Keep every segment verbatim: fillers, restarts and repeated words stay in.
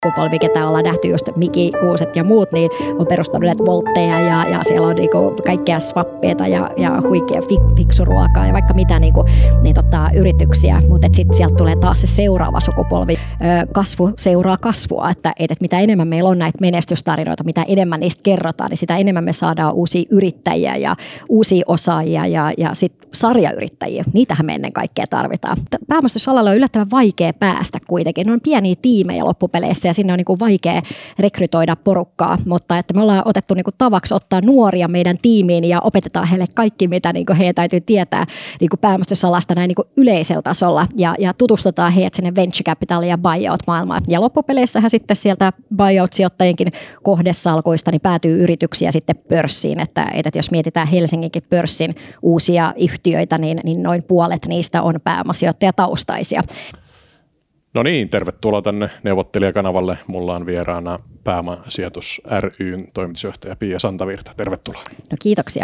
sukupolvi, ketä ollaan nähty just Miki Kuuset ja muut, niin on perustanut näitä voltteja ja, ja siellä on niinku kaikkea swappeita ja, ja huikea fiksuruokaa ja vaikka mitä niinku, niin tota, yrityksiä, mutta sitten sieltä tulee taas se seuraava sukupolvi. Kasvu seuraa kasvua, että, että mitä enemmän meillä on näitä menestystarinoita, mitä enemmän niistä kerrotaan, niin sitä enemmän me saadaan uusia yrittäjiä ja uusia osaajia ja, ja sitten sarjayrittäjiä. Niitähän me ennen kaikkea tarvitaan. Pääomistusalalle on yllättävän vaikea päästä kuitenkin. Ne on pieniä tiimejä loppupeleissä ja sinne on niin kuin vaikea rekrytoida porukkaa, mutta että me ollaan otettu niin kuin tavaksi ottaa nuoria meidän tiimiin ja opetetaan heille kaikki, mitä niin kuin heidän täytyy tietää niin kuin pääomistusalasta näin niin kuin yleisellä tasolla ja, ja tutustutaan heidät sinne venture capital ja buyout-maailmaan. Ja loppupeleissähän sitten sieltä buyout-sijoittajienkin kohdesalkuista niin päätyy yrityksiä sitten pörssiin, että, että jos mietitään Helsinginkin pörssin uusia yhtiöitä, niin, niin noin puolet niistä on pääomasijoittajataustaisia. No niin, tervetuloa tänne neuvottelijakanavalle. Mulla on vieraana Pääomasijoitus ry:n toimitusjohtaja Pia Santavirta. Tervetuloa. No kiitoksia.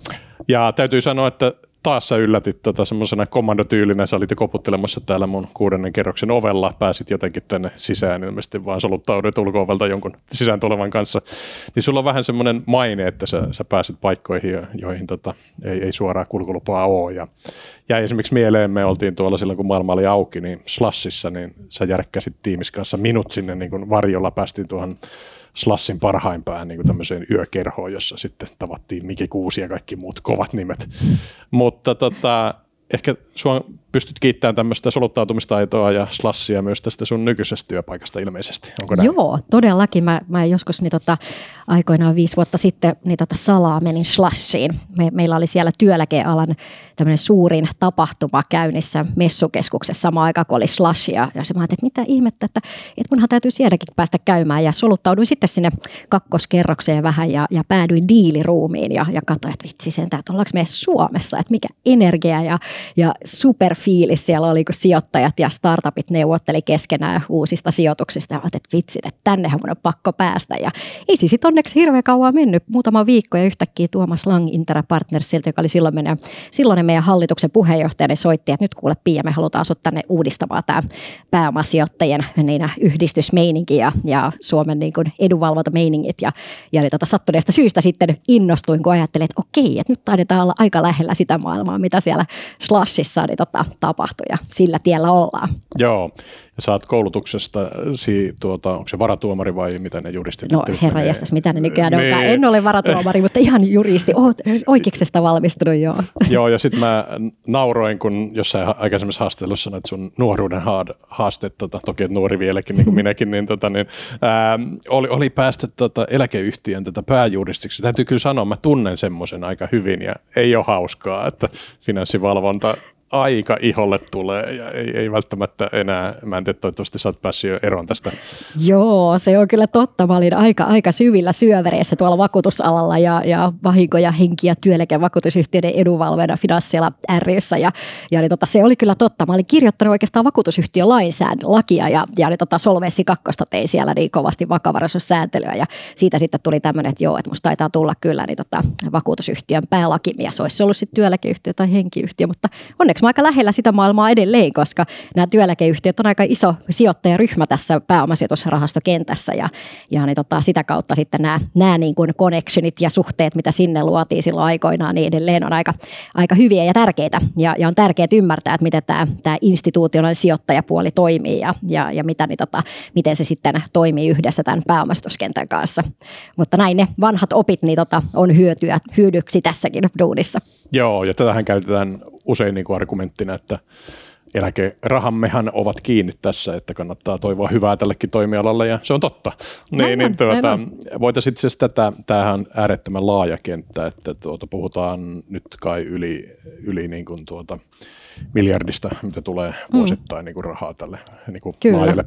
Ja täytyy sanoa, että taas sä yllätit tota semmoisena kommandotyylinä. Sä olit jo koputtelemassa täällä mun kuudennen kerroksen ovella. Pääsit jotenkin tänne sisään, ilmeisesti vaan soluttaudut ulko-ovelta jonkun sisään tulevan kanssa. Niin sulla on vähän semmoinen maine, että sä, sä pääsit paikkoihin, joihin tota, ei, ei suoraa kulkulupaa ole. Ja, ja esimerkiksi mieleen me oltiin tuolla silloin, kun maailma oli auki, niin Slashissa, niin sä järkkäsit tiimis kanssa minut sinne niin kuin varjolla. Päästiin tuohon Slashin parhaimpään niin kuin tämmöiseen yökerhoon, jossa sitten tavattiin Miki Kuusi ja kaikki muut kovat nimet. Mutta tota, ehkä sua pystyt kiittämään tämmöistä soluttautumistaitoa ja Slashia myös tästä sun nykyisestä työpaikasta ilmeisesti. Onko näin? Joo, todellakin. Mä, mä joskus niin tota, aikoinaan viisi vuotta sitten niin tota, salaa menin Slashiin. Me, meillä oli siellä työeläkealan tämmöinen suurin tapahtuma käynnissä messukeskuksessa samaan aikaan, kun oli Slashia. Ja se mä ajattelin, että mitä ihmettä, että, että munhan täytyy sielläkin päästä käymään. Ja soluttauduin sitten sinne kakkoskerrokseen vähän ja, ja päädyin diiliruumiin ja, ja katsoin, että vitsi sentään, että ollaanko me Suomessa, että mikä energia ja, ja superfiilis siellä oli, kun sijoittajat ja startupit neuvotteli keskenään uusista sijoituksista. Ja ajattelin, että vitsit, että tännehän mun on pakko päästä. Ja ei siis sit onneksi hirveän kauan mennyt, muutama viikko ja yhtäkkiä Tuomas Lang Intera Partnersilta, joka oli silloin meidän, silloin meidän hallituksen puheenjohtaja, niin soitti, että nyt kuule Pia, me halutaan sut tänne uudistamaan tämä pääomasijoittajien niin yhdistysmeininki ja, ja Suomen niin kuin edunvalvontameiningit. Ja, ja niin tota, sattuneesta syystä sitten innostuin, kun ajattelin, että okei, että nyt taidetaan olla aika lähellä sitä maailmaa, mitä siellä Slashissa niin tota, tapahtui ja sillä tiellä ollaan. Joo. Ja sä oot koulutuksesta, si, tuota, onko se varatuomari vai mitä ne juristit? No herra jästäs, mitä ne nykyään niin. onkaan. En ole varatuomari, mutta ihan juristi. Oot oikeuksesta valmistunut, joo. Joo, ja sitten mä nauroin, kun jossain aikaisemmassa haastattelussa sanoit sun nuoruuden haasteet, tota, toki et nuori vieläkin, niin kuin minäkin, niin, tota, niin ää, oli, oli päästä tota, eläkeyhtiön tätä pääjuristiksi. Täytyy kyllä sanoa, mä tunnen semmoisen aika hyvin ja ei ole hauskaa, että finanssivalvonta aika iholle tulee ja ei, ei välttämättä enää, mä en tiedä, toivottavasti sä oot päässyt jo eroon tästä. Joo, se on kyllä totta. Mä olin aika, aika syvillä syövereissä tuolla vakuutusalalla ja, ja vahinko- ja henki- ja työeläkevakuutusyhtiöiden edunvalvojana Finanssiala ry:ssä ja, ja niin tota, se oli kyllä totta. Mä olin kirjoittanut oikeastaan vakuutusyhtiön lainsäädäntölakia ja, ja niin tota, Solvenssi kakkosta tein siellä niin kovasti vakavaraisuussääntelyä ja siitä sitten tuli tämmöinen, että joo, että musta taitaa tulla kyllä niin tota, vakuutusyhtiön päälakimies. Olisi ollut sitten työeläkeyhtiö tai henkiyhtiö, mutta onneksi mä aika lähellä sitä maailmaa edelleen, koska nämä työeläkeyhtiöt on aika iso sijoittajaryhmä tässä pääomasijoitusrahastokentässä ja, ja niin tota, sitä kautta sitten nämä, nämä niin kuin connectionit ja suhteet, mitä sinne luotiin silloin aikoinaan, niin edelleen on aika, aika hyviä ja tärkeitä ja, ja on tärkeää ymmärtää, että miten tämä, tämä institutionaalinen sijoittajapuoli toimii ja, ja, ja mitä, niin tota, miten se sitten toimii yhdessä tämän pääomasijoituskentän kanssa. Mutta näin ne vanhat opit niin tota, on hyötyä, hyödyksi tässäkin duunissa. Joo, ja tätähän käytetään usein niin kuin argumenttina, että eläkerahammehan ovat kiinni tässä, että kannattaa toivoa hyvää tällekin toimialalle, ja se on totta. Niin, aivan, niin, tuota, aivan. Voitaisiin itse asiassa tätä, tämähän on äärettömän laaja kenttä, että tuota, puhutaan nyt kai yli, yli niin kuin tuota, miljardista, mitä tulee vuosittain mm. niin kuin rahaa tälle niin kuin laajalle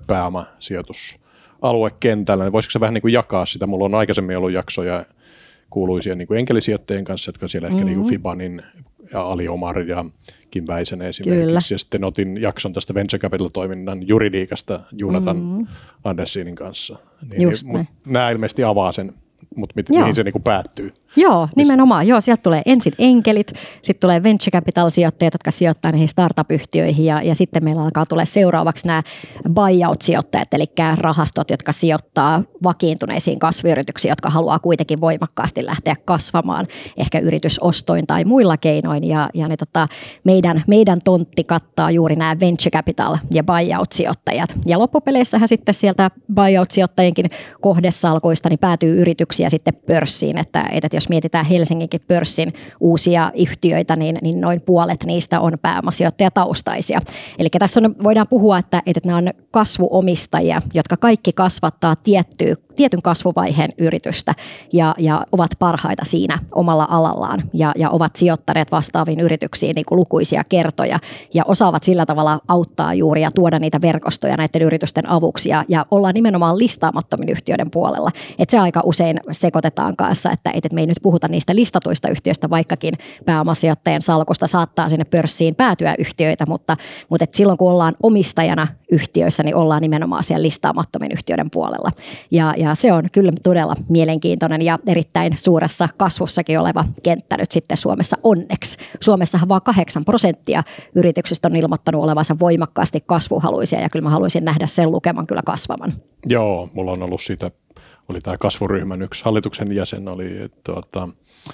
pääomasijoitusaluekentälle. Voisiko se vähän niin kuin jakaa sitä? Mulla on aikaisemmin ollut jaksoja kuuluisia niin kuin enkelisijoittajien kanssa, jotka siellä mm-hmm. ehkä niin kuin Fibanin ja Ali Omar ja Kim Väisänen esimerkiksi. Kyllä. Ja sitten otin jakson tästä Venture Capital-toiminnan juridiikasta Jonathan mm-hmm. Andersinin kanssa. Niin, Just niin, nämä ilmeisesti avaa sen, mutta mit, mihin se niin kuin päättyy? Joo, nimenomaan. Joo, sieltä tulee ensin enkelit, sitten tulee venture capital-sijoittajat, jotka sijoittaa niihin startup-yhtiöihin ja, ja sitten meillä alkaa tulee seuraavaksi nämä buyout-sijoittajat, eli rahastot, jotka sijoittaa vakiintuneisiin kasvuyrityksiin, jotka haluaa kuitenkin voimakkaasti lähteä kasvamaan, ehkä yritysostoin tai muilla keinoin. Ja, ja ne, tota, meidän, meidän tontti kattaa juuri nämä venture capital- ja buyout-sijoittajat. Ja loppupeleissähän sitten sieltä buyout-sijoittajienkin kohdesalkuista niin päätyy yrityksiä sitten pörssiin, että, että jos mietitään Helsinginkin pörssin uusia yhtiöitä, niin, niin noin puolet niistä on pääomasijoittajataustaisia. Eli tässä on, voidaan puhua, että, että nämä on kasvuomistajia, jotka kaikki kasvattaa tiettyä, tietyn kasvuvaiheen yritystä ja, ja ovat parhaita siinä omalla alallaan ja, ja ovat sijoittaneet vastaaviin yrityksiin niin kuin lukuisia kertoja ja osaavat sillä tavalla auttaa juuri ja tuoda niitä verkostoja näiden yritysten avuksi ja, ja ollaan nimenomaan listaamattomien yhtiöiden puolella. Et se aika usein sekoitetaan kanssa, että, että me ei nyt puhuta niistä listatuista yhtiöistä, vaikkakin pääomasijoittajien salkusta saattaa sinne pörssiin päätyä yhtiöitä, mutta, mutta et silloin kun ollaan omistajana yhtiöissä, niin ollaan nimenomaan siellä listaamattomien yhtiöiden puolella. Ja, ja se on kyllä todella mielenkiintoinen ja erittäin suuressa kasvussakin oleva kenttä nyt sitten Suomessa onneksi. Suomessahan vain kahdeksan prosenttia yrityksistä on ilmoittanut olevansa voimakkaasti kasvuhaluisia ja kyllä mä haluaisin nähdä sen lukeman kyllä kasvavan. Joo, mulla on ollut siitä, oli tämä kasvuryhmän yksi hallituksen jäsen, oli tuota,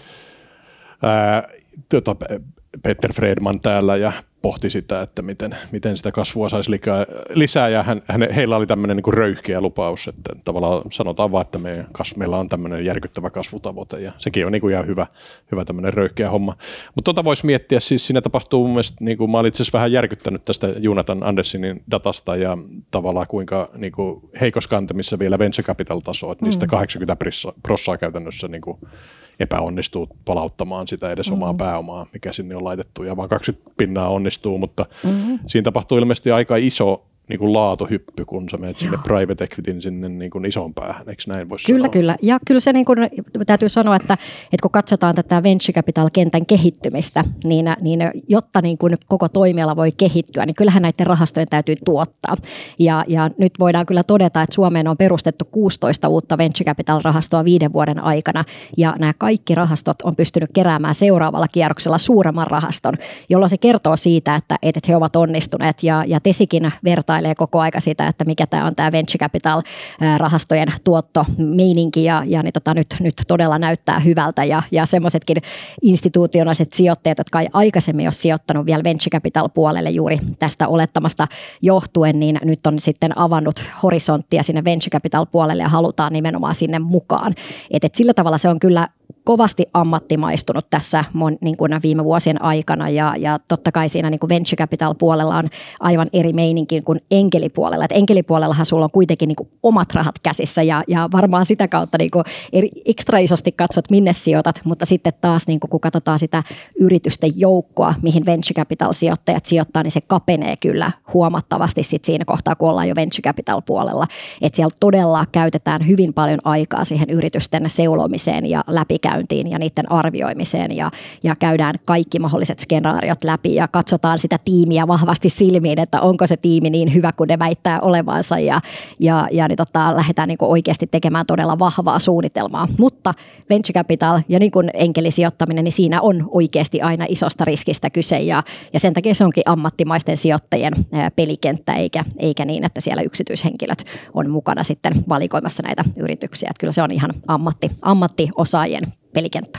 ää, tuota, Peter Fredman täällä ja pohti sitä, että miten, miten sitä kasvua saisi lisää ja hän, hän, heillä oli tämmöinen niin kuin röyhkeä lupaus, että tavallaan sanotaan vaan, että me, kas, meillä on tämmöinen järkyttävä kasvutavoite ja sekin on niin kuin ihan hyvä, hyvä tämmöinen röyhkeä homma. Mutta tota voisi miettiä, siis siinä tapahtuu mun mielestä, niin kuin mä olin itse asiassa vähän järkyttänyt tästä Jonathan Anderssonin datasta ja tavallaan kuinka niin kuin heikossa kantamissa vielä venture capital -taso, että niistä mm. kahdeksankymmentä prossaa käytännössä niin kuin epäonnistuu palauttamaan sitä edes mm-hmm. omaa pääomaa, mikä sinne on laitettu, ja vaan kaksikymmentä pinnaa onnistuu, mutta mm-hmm. siinä tapahtuu ilmeisesti aika iso niin kuin laatuhyppy, kun sä menet sinne private equityn sinne niin kuin ison päähän, eikö näin voisi Kyllä, sanoa? kyllä. Ja kyllä se niin kuin, täytyy sanoa, että, että kun katsotaan tätä venture capital-kentän kehittymistä, niin, niin jotta niin kuin koko toimiala voi kehittyä, niin kyllähän näiden rahastojen täytyy tuottaa. Ja, ja nyt voidaan kyllä todeta, että Suomeen on perustettu kuusitoista uutta venture capital-rahastoa viiden vuoden aikana, ja nämä kaikki rahastot on pystynyt keräämään seuraavalla kierroksella suuremman rahaston, jolloin se kertoo siitä, että, että he ovat onnistuneet, ja, ja Tesikin vertaa koko aika sitä, että mikä tämä on tämä venture capital-rahastojen tuottomeininki ja, ja niin tota, nyt, nyt todella näyttää hyvältä ja, ja semmoisetkin instituutionaiset sijoittajat, jotka ei aikaisemmin ole sijoittanut vielä venture capital-puolelle juuri tästä olettamasta johtuen, niin nyt on sitten avannut horisonttia sinne venture capital-puolelle ja halutaan nimenomaan sinne mukaan. Et, et sillä tavalla se on kyllä kovasti ammattimaistunut tässä mon, niin kuin viime vuosien aikana ja, ja totta kai siinä niin kuin venture capital puolella on aivan eri meininki kuin enkelipuolella. Et enkelipuolellahan sulla on kuitenkin niin kuin omat rahat käsissä ja, ja varmaan sitä kautta niin kuin eri, ekstra isosti katsot minne sijoitat, mutta sitten taas niin kuin kun katsotaan sitä yritysten joukkoa, mihin venture capital sijoittajat sijoittaa, niin se kapenee kyllä huomattavasti sit siinä kohtaa, kun ollaan jo venture capital puolella. Et siellä todella käytetään hyvin paljon aikaa siihen yritysten seulomiseen ja läpikäyntiin ja niiden arvioimiseen ja, ja käydään kaikki mahdolliset skenaariot läpi ja katsotaan sitä tiimiä vahvasti silmiin, että onko se tiimi niin hyvä kuin ne väittää olevansa ja, ja, ja niin tota, lähdetään niin kuin oikeasti tekemään todella vahvaa suunnitelmaa. Mutta venture capital ja niin kuin enkelisijoittaminen, niin siinä on oikeasti aina isosta riskistä kyse ja, ja sen takia se onkin ammattimaisten sijoittajien pelikenttä eikä, eikä niin, että siellä yksityishenkilöt on mukana sitten valikoimassa näitä yrityksiä. Että kyllä se on ihan ammatti, ammattiosaajien pelikenttä.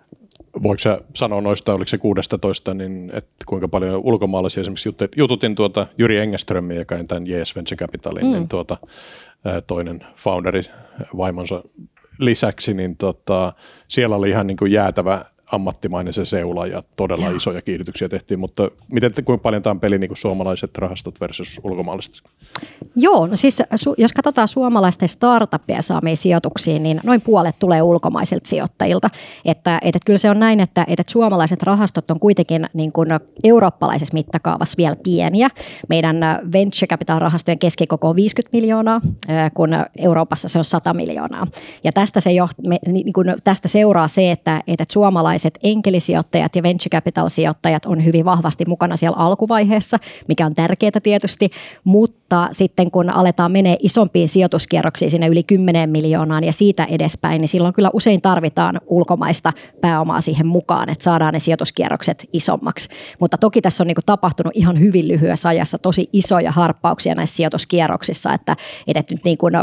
Voiko sä sanoa noista, oliko se kuusitoista, niin että kuinka paljon ulkomaalaisia esimerkiksi jututin tuota Jyri Engeströmiä, joka on tämän J S Venture Capitalin, mm. niin tuota, toinen founderi vaimonsa lisäksi, niin tota, siellä oli ihan niin kuin jäätävä ammattimainen se seula ja todella ja. isoja kiihdytyksiä tehtiin, mutta miten, kuinka paljon tämä on peli niin kuin suomalaiset rahastot versus ulkomaalaiset? Joo, no siis su, jos katsotaan suomalaisten startuppien saamiin sijoituksiin, niin noin puolet tulee ulkomaisilta sijoittajilta. Että, että kyllä se on näin, että, että suomalaiset rahastot on kuitenkin niin kuin eurooppalaisessa mittakaavassa vielä pieniä. Meidän venture capital-rahastojen keskikoko on viisikymmentä miljoonaa, kun Euroopassa se on sata miljoonaa. Ja tästä, se joht, me, niin kuin, tästä seuraa se, että, että suomalaiset suomalaiset enkelisijoittajat ja venture capital-sijoittajat on hyvin vahvasti mukana siellä alkuvaiheessa, mikä on tärkeää tietysti, mutta sitten kun aletaan menee isompiin sijoituskierroksiin sinne yli kymmenen miljoonaan ja siitä edespäin, niin silloin kyllä usein tarvitaan ulkomaista pääomaa siihen mukaan, että saadaan ne sijoituskierrokset isommaksi. Mutta toki tässä on niin kuin tapahtunut ihan hyvin lyhyessä ajassa tosi isoja harppauksia näissä sijoituskierroksissa, että, että nyt niin kuin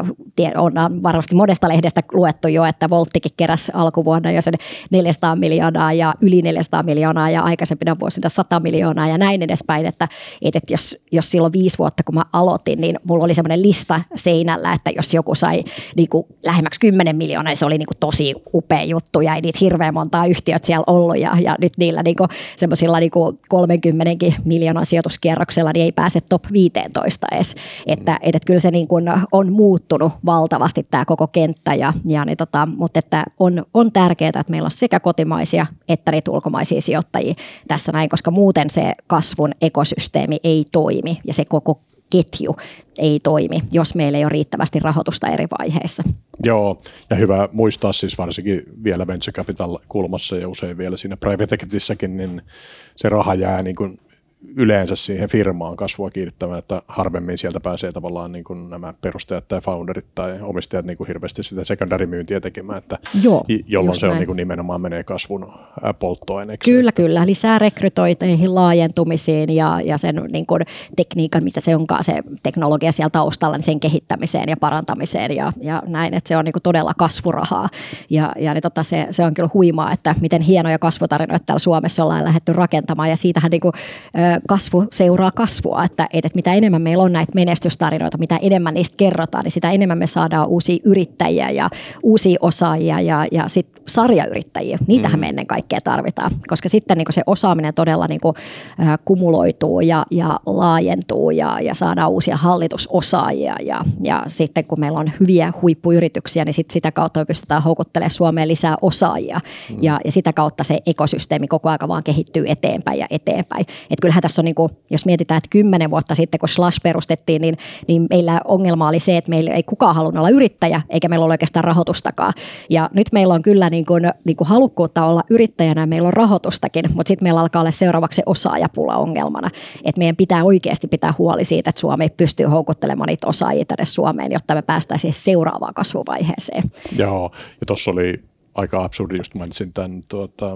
on varmasti monesta lehdestä luettu jo, että Volttikin keräsi alkuvuonna jo sen neljäsataa miljoonaa ja yli neljäsataa miljoonaa ja aikaisempina vuosina sata miljoonaa ja näin edespäin, että, että jos, jos silloin viisi vuotta kun mä aloitin, niin mulla oli semmoinen lista seinällä, että jos joku sai niin kuin lähemmäksi kymmenen miljoonaa, niin se oli niin kuin tosi upea juttu ja ei niitä hirveän montaa yhtiöt siellä ollut ja, ja nyt niillä niin kuin semmoisilla niin kuin kolmekymmentä miljoonan sijoituskierroksella niin ei pääse top viisitoista edes, että, että kyllä se niin kuin on muuttunut valtavasti tämä koko kenttä, ja, ja niin tota, mutta että on, on tärkeää, että meillä on sekä kotimaisia että niitä ulkomaisia sijoittajia tässä näin, koska muuten se kasvun ekosysteemi ei toimi ja se koko ketju ei toimi, jos meillä ei ole riittävästi rahoitusta eri vaiheissa. Joo, ja hyvä muistaa siis varsinkin vielä venture capital kulmassa ja usein vielä siinä private equityssäkin, niin se raha jää niin kuin yleensä siihen firmaan kasvua kiinnittämään, että harvemmin sieltä pääsee tavallaan niin kuin nämä perustajat tai founderit tai omistajat niin kuin hirveästi sitä secondary-myyntiä tekemään, että Joo, jolloin se on niin kuin nimenomaan menee kasvun polttoaineeksi. Kyllä, kyllä. Lisää rekrytointeihin, laajentumisiin ja, ja sen niin kuin tekniikan, mitä se onkaan se teknologia siellä taustalla, niin sen kehittämiseen ja parantamiseen ja, ja näin, että se on niin kuin todella kasvurahaa. Ja, ja niin tota, se, se on kyllä huimaa, että miten hienoja kasvutarinoita täällä Suomessa ollaan lähdetty rakentamaan ja siitähän niin kuin, kasvu seuraa kasvua, että, että mitä enemmän meillä on näitä menestystarinoita, mitä enemmän niistä kerrotaan, niin sitä enemmän me saadaan uusia yrittäjiä ja uusia osaajia ja, ja sitten sarjayrittäjiä. Niitähän mm. me ennen kaikkea tarvitaan, koska sitten niin se osaaminen todella niin kuin, äh, kumuloituu ja, ja laajentuu ja, ja saadaan uusia hallitusosaajia ja, ja sitten kun meillä on hyviä huippuyrityksiä, niin sit sitä kautta me pystytään houkuttelemaan Suomeen lisää osaajia mm. ja, ja sitä kautta se ekosysteemi koko ajan vaan kehittyy eteenpäin ja eteenpäin. Et kyllähän tässä on, niin kuin, jos mietitään, että kymmenen vuotta sitten, kun Slash perustettiin, niin, niin meillä ongelma oli se, että meillä ei kukaan halunnut olla yrittäjä, eikä meillä ole oikeastaan rahoitustakaan. Ja nyt meillä on kyllä niin kuin, niin kuin halukkuutta olla yrittäjänä, meillä on rahoitustakin, mutta sitten meillä alkaa olla seuraavaksi se osaajapula ongelmana. Että meidän pitää oikeasti pitää huoli siitä, että Suomi pystyy houkuttelemaan niitä osaajia tänne Suomeen, jotta me päästäisiin seuraavaan kasvuvaiheeseen. Joo, ja tuossa oli aika absurdi, just mainitsin tämän tuota,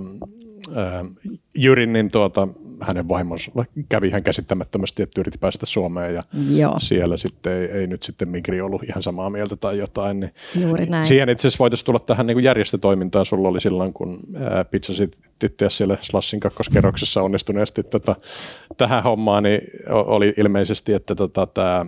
ää, Jyrin, niin tuota, hänen vaimonsa kävi ihan käsittämättömästi, että yritti päästä Suomeen ja Joo. siellä sitten ei, ei nyt sitten Migri ollut ihan samaa mieltä tai jotain. Niin Juuri näin. Siihen itse asiassa voitaisiin tulla tähän niin kuin järjestötoimintaan. Sulla oli silloin, kun ää, pizzasit itseäsi siellä Slashin kakkoskerroksessa onnistuneesti tota, tähän hommaan, niin oli ilmeisesti, että tota, tämä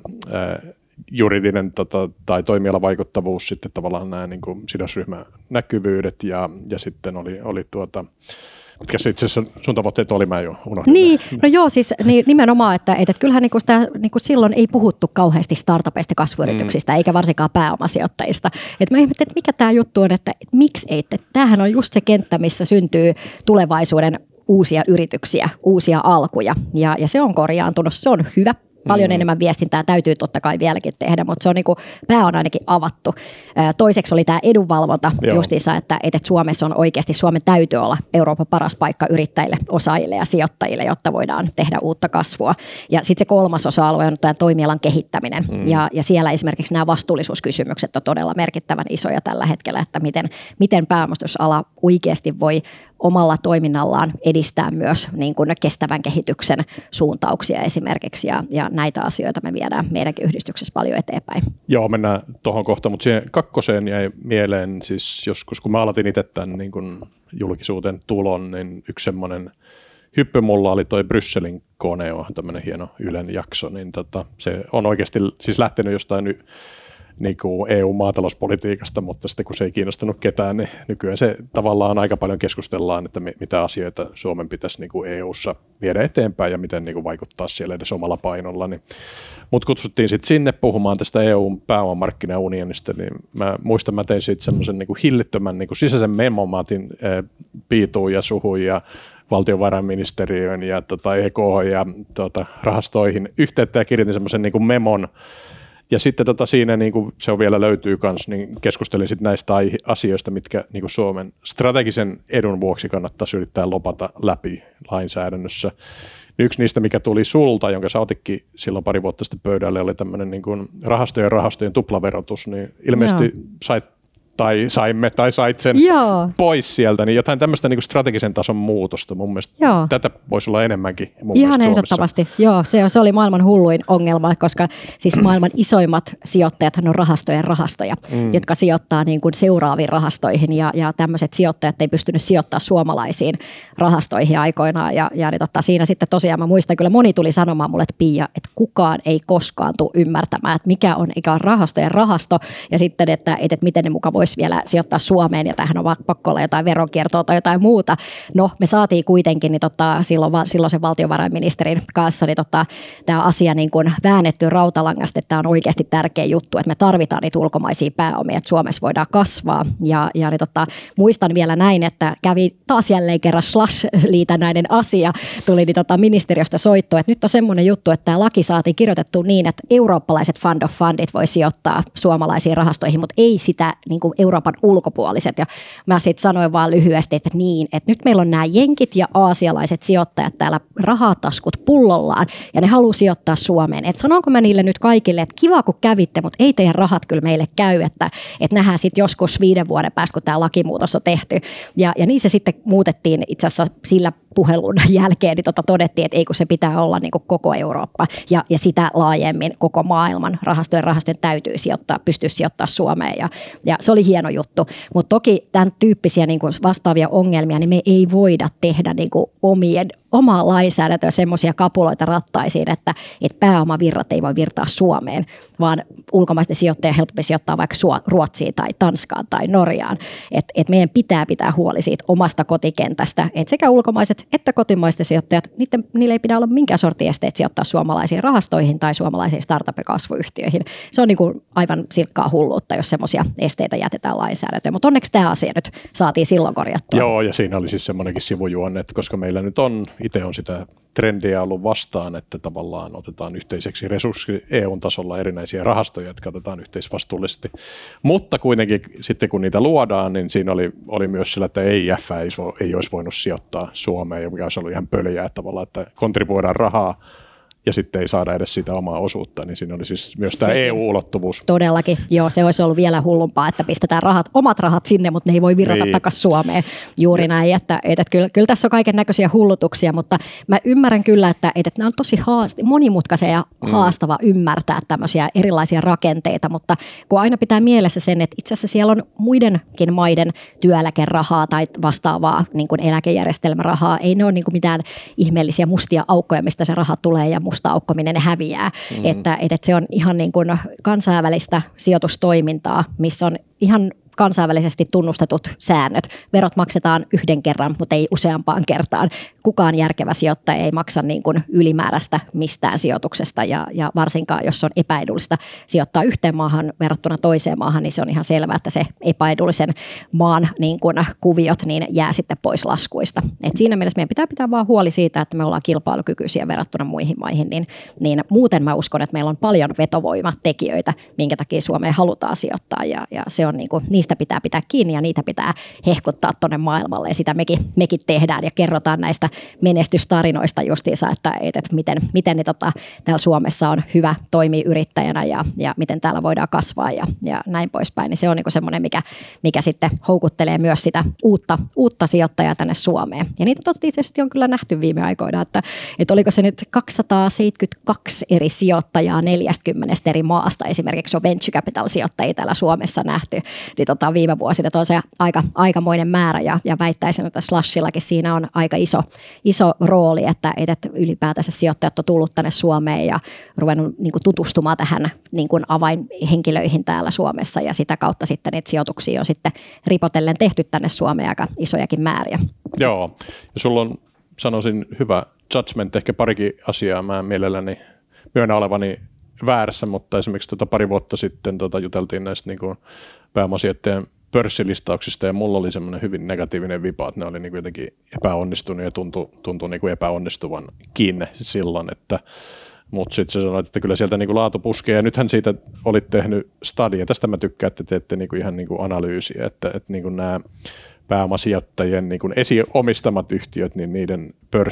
juridinen tota, tai toimialavaikuttavuus, sitten tavallaan nämä niin kuin sidosryhmänäkyvyydet ja, ja sitten oli, oli tuota, mitkä se itse asiassa sun tavoitteet oli, mä jo unohdin. Niin, no joo, siis niin, nimenomaan, että, että kyllähän niin kuin sitä, niin kuin silloin ei puhuttu kauheasti startupeista, kasvuyrityksistä, mm. eikä varsinkaan pääomasijoittajista. Että mä ihmettelin, että mikä tämä juttu on, että, että miksi ei, että tämähän on just se kenttä, missä syntyy tulevaisuuden uusia yrityksiä, uusia alkuja, ja, ja se on korjaantunut, se on hyvä. Paljon mm. enemmän viestintää täytyy totta kai vieläkin tehdä, mutta se on niin kuin, pää on ainakin avattu. Toiseksi oli tämä edunvalvonta Joo. justiinsa, että, että Suomessa on oikeasti, Suomen täytyy olla Euroopan paras paikka yrittäjille, osaajille ja sijoittajille, jotta voidaan tehdä uutta kasvua. Ja sitten se kolmas osa-alue on tämä toimialan kehittäminen. Mm. Ja, ja siellä esimerkiksi nämä vastuullisuuskysymykset on todella merkittävän isoja tällä hetkellä, että miten, miten pääomistusala oikeasti voi omalla toiminnallaan edistää myös niin kuin kestävän kehityksen suuntauksia esimerkiksi, ja, ja näitä asioita me viedään meidänkin yhdistyksessä paljon eteenpäin. Joo, mennään tuohon kohtaan, mutta siihen kakkoseen jäi mieleen siis joskus, kun mä aloitin itse tämän niin kuin julkisuuden tulon, niin yksi semmoinen hyppy mulla oli toi Brysselin kone, on tämmöinen hieno Ylen jakso, niin tota, se on oikeasti siis lähtenyt jostain y- niin kuin E U-maatalouspolitiikasta, mutta sitten kun se ei kiinnostanut ketään, niin nykyään se tavallaan aika paljon keskustellaan, että mitä asioita Suomen pitäisi niin kuin E U:ssa viedä eteenpäin ja miten niin kuin vaikuttaa siellä edes omalla painolla. Niin. Mut kutsuttiin sitten sinne puhumaan tästä E U:n pääomamarkkinaunionista, niin mä muistan, mä tein siitä semmoisen niin kuin hillittömän niin kuin sisäisen memon, mä otin äh, Piituun ja Suhun ja valtiovarainministeriöön ja tota, E K ja tota, rahastoihin yhteyttä ja kirjoitin semmoisen niin kuin memon, Ja sitten tota siinä, niin kuin se on vielä löytyy kans, niin keskustelin sitten näistä asioista, mitkä niin kuin Suomen strategisen edun vuoksi kannattaisi yrittää lopata läpi lainsäädännössä. Yksi niistä, mikä tuli sulta, jonka sä otitkin silloin pari vuotta sitten pöydälle, oli tämmöinen niin kuin rahastojen rahastojen tuplaverotus, niin ilmeisesti Joo. sait tai saimme tai sait sen Joo. pois sieltä, niin jotain tämmöistä niin kuin strategisen tason muutosta mun mielestä. Joo. Tätä voisi olla enemmänkin mun Ihan ehdottomasti. Joo, se, se oli maailman hulluin ongelma, koska siis maailman isoimmat sijoittajathan on rahastojen rahastoja, mm. jotka sijoittaa niin kuin seuraaviin rahastoihin ja, ja tämmöiset sijoittajat ei pystynyt sijoittamaan suomalaisiin rahastoihin aikoinaan ja, ja niin totta, siinä sitten tosiaan mä muistan kyllä moni tuli sanomaan mulle, että Pia, että kukaan ei koskaan tule ymmärtämään, että mikä on ikään rahastojen rahasto ja sitten, että, että, että miten ne mukaan voisi vielä sijoittaa Suomeen ja tähän on pakko olla jotain veronkiertoa tai jotain muuta. No me saatiin kuitenkin niin tota, silloin, silloisen valtiovarainministerin kanssa niin tota, tämä asia niin kuin väännetty rautalangasta, että tämä on oikeasti tärkeä juttu, että me tarvitaan niitä ulkomaisia pääomia, että Suomessa voidaan kasvaa. Ja, ja niin tota, muistan vielä näin, että kävi taas jälleen kerran Slash-liitännäinen asia, tuli niin tota ministeriöstä soitto, että nyt on semmoinen juttu, että tämä laki saatiin kirjoitettua niin, että eurooppalaiset fund of fundit voi sijoittaa suomalaisiin rahastoihin, mutta ei sitä niin kuin Euroopan ulkopuoliset. Ja mä sitten sanoin vaan lyhyesti, että niin, että nyt meillä on nämä jenkit ja aasialaiset sijoittajat täällä rahataskut pullollaan ja ne haluaa sijoittaa Suomeen. Että sanonko mä niille nyt kaikille, että kiva kun kävitte, mutta ei teidän rahat kyllä meille käy, että, että nähdään sitten joskus viiden vuoden päästä, kun tämä lakimuutos on tehty. Ja, ja niin se sitten muutettiin itse asiassa sillä puhelun jälkeen, niin tota todettiin, että ei kun se pitää olla niin kuin koko Eurooppa ja, ja sitä laajemmin koko maailman rahastojen rahastojen täytyy sijoittaa, pystyä sijoittaa Suomeen ja, ja se oli hieno juttu, mutta toki tämän tyyppisiä niin kuin vastaavia ongelmia, niin me ei voida tehdä niin kuin omien, omaa lainsäädäntöä semmoisia kapuloita rattaisiin, että, että pääomavirrat ei voi virtaa Suomeen, vaan ulkomaisten sijoittajien helpompi sijoittaa vaikka Ruotsiin tai Tanskaan tai Norjaan. Että et meidän pitää pitää huoli siitä omasta kotikentästä, että sekä ulkomaiset että kotimaiset sijoittajat, niiden, niillä ei pidä olla minkään sortin esteet sijoittaa suomalaisiin rahastoihin tai suomalaisiin startup- ja kasvuyhtiöihin. Se on niin kuin aivan silkkaa hulluutta, jos semmoisia esteitä jätetään lainsäädäntöön, mutta onneksi tämä asia nyt saatiin silloin korjattua. Joo, ja siinä oli siis semmoinenkin sivujuonne, että koska meillä nyt on, itse on sitä trendiä ollut vastaan, että tavallaan otetaan yhteiseksi resurssi E U-tasolla erinäisiä rahastoja, jotka otetaan yhteisvastuullisesti. Mutta kuitenkin sitten kun niitä luodaan, niin siinä oli, oli myös sillä, että E I F ei, ei olisi voinut sijoittaa Suomeen, mikä olisi ollut ihan pöljää tavallaan, että kontribuoidaan rahaa ja sitten ei saada edes sitä omaa osuutta, niin siinä oli siis myös tämä E U-ulottuvuus. Todellakin, joo, se olisi ollut vielä hullumpaa, että pistetään rahat, omat rahat sinne, mutta ne ei voi virrata niin takaisin Suomeen. Juuri ja näin, että, että, että kyllä, kyllä tässä on kaiken näköisiä hullutuksia, mutta mä ymmärrän kyllä, että, että nämä on tosi haast- monimutkaisia ja haastava mm. ymmärtää tämmöisiä erilaisia rakenteita, mutta kun aina pitää mielessä sen, että itse asiassa siellä on muidenkin maiden työeläkerahaa tai vastaavaa niin kuin eläkejärjestelmärahaa, ei ne ole niin kuin mitään ihmeellisiä mustia aukkoja, mistä se raha tulee ja musta aukko, minne ne häviää. Mm. Että, että se on ihan niin kuin kansainvälistä sijoitustoimintaa, missä on ihan kansainvälisesti tunnustetut säännöt. Verot maksetaan yhden kerran, mutta ei useampaan kertaan. Kukaan järkevä sijoittaja ei maksa niin kuin ylimääräistä mistään sijoituksesta ja, ja varsinkaan, jos on epäedullista sijoittaa yhteen maahan verrattuna toiseen maahan, niin se on ihan selvää, että se epäedullisen maan niin kuin kuviot niin jää sitten pois laskuista. Et siinä mielessä meidän pitää pitää vaan huoli siitä, että me ollaan kilpailukykyisiä verrattuna muihin maihin, niin, niin muuten mä uskon, että meillä on paljon vetovoimatekijöitä, minkä takia Suomeen halutaan sijoittaa ja, ja se on niin kuin, niistä pitää pitää kiinni ja niitä pitää hehkuttaa tuonne maailmalle ja sitä mekin, mekin tehdään ja kerrotaan näistä menestystarinoista justiinsa, että, että miten, miten ne, tota, täällä Suomessa on hyvä toimia yrittäjänä ja, ja miten täällä voidaan kasvaa ja, ja näin poispäin. Niin se on niin kuin semmoinen, mikä, mikä sitten houkuttelee myös sitä uutta, uutta sijoittajaa tänne Suomeen. Ja niitä tosiaan on kyllä nähty viime aikoina, että, että oliko se nyt kaksisataaseitsemänkymmentäkaksi eri sijoittajaa neljäkymmentä eri maasta, esimerkiksi on venture capital sijoittajia täällä Suomessa nähty, niin tota, viime vuosina on se aika, aikamoinen määrä ja, ja väittäisin, että Slashillakin siinä on aika iso, iso rooli, että, että ylipäätänsä sijoittajat on tullut tänne Suomeen ja ruvennut niin kuin tutustumaan tähän niin kuin avainhenkilöihin täällä Suomessa ja sitä kautta sitten niitä sijoituksia on sitten ripotellen tehty tänne Suomeen aika isojakin määriä. Joo, ja sulla on, sanoisin, hyvä judgment, ehkä parikin asiaa, mä mielelläni myönnä olevani väärässä, mutta esimerkiksi tuota pari vuotta sitten tuota juteltiin näistä niin kuin pääomasijoittajien pörssilistauksista ja mulla oli semmoinen hyvin negatiivinen vipa, että ne oli niin kuin jotenkin epäonnistunut ja tuntui, tuntui niin kuin epäonnistuvan kiinni silloin, että Mutta sitten sä sanoit, että kyllä sieltä niinku laatu puskee, ja nythän siitä olit tehnyt studia, tästä mä tykkään, että teette niinku ihan niinku analyysiä, että, että niinku nämä pääomasijoittajien niinku esiomistamat yhtiöt, niin niiden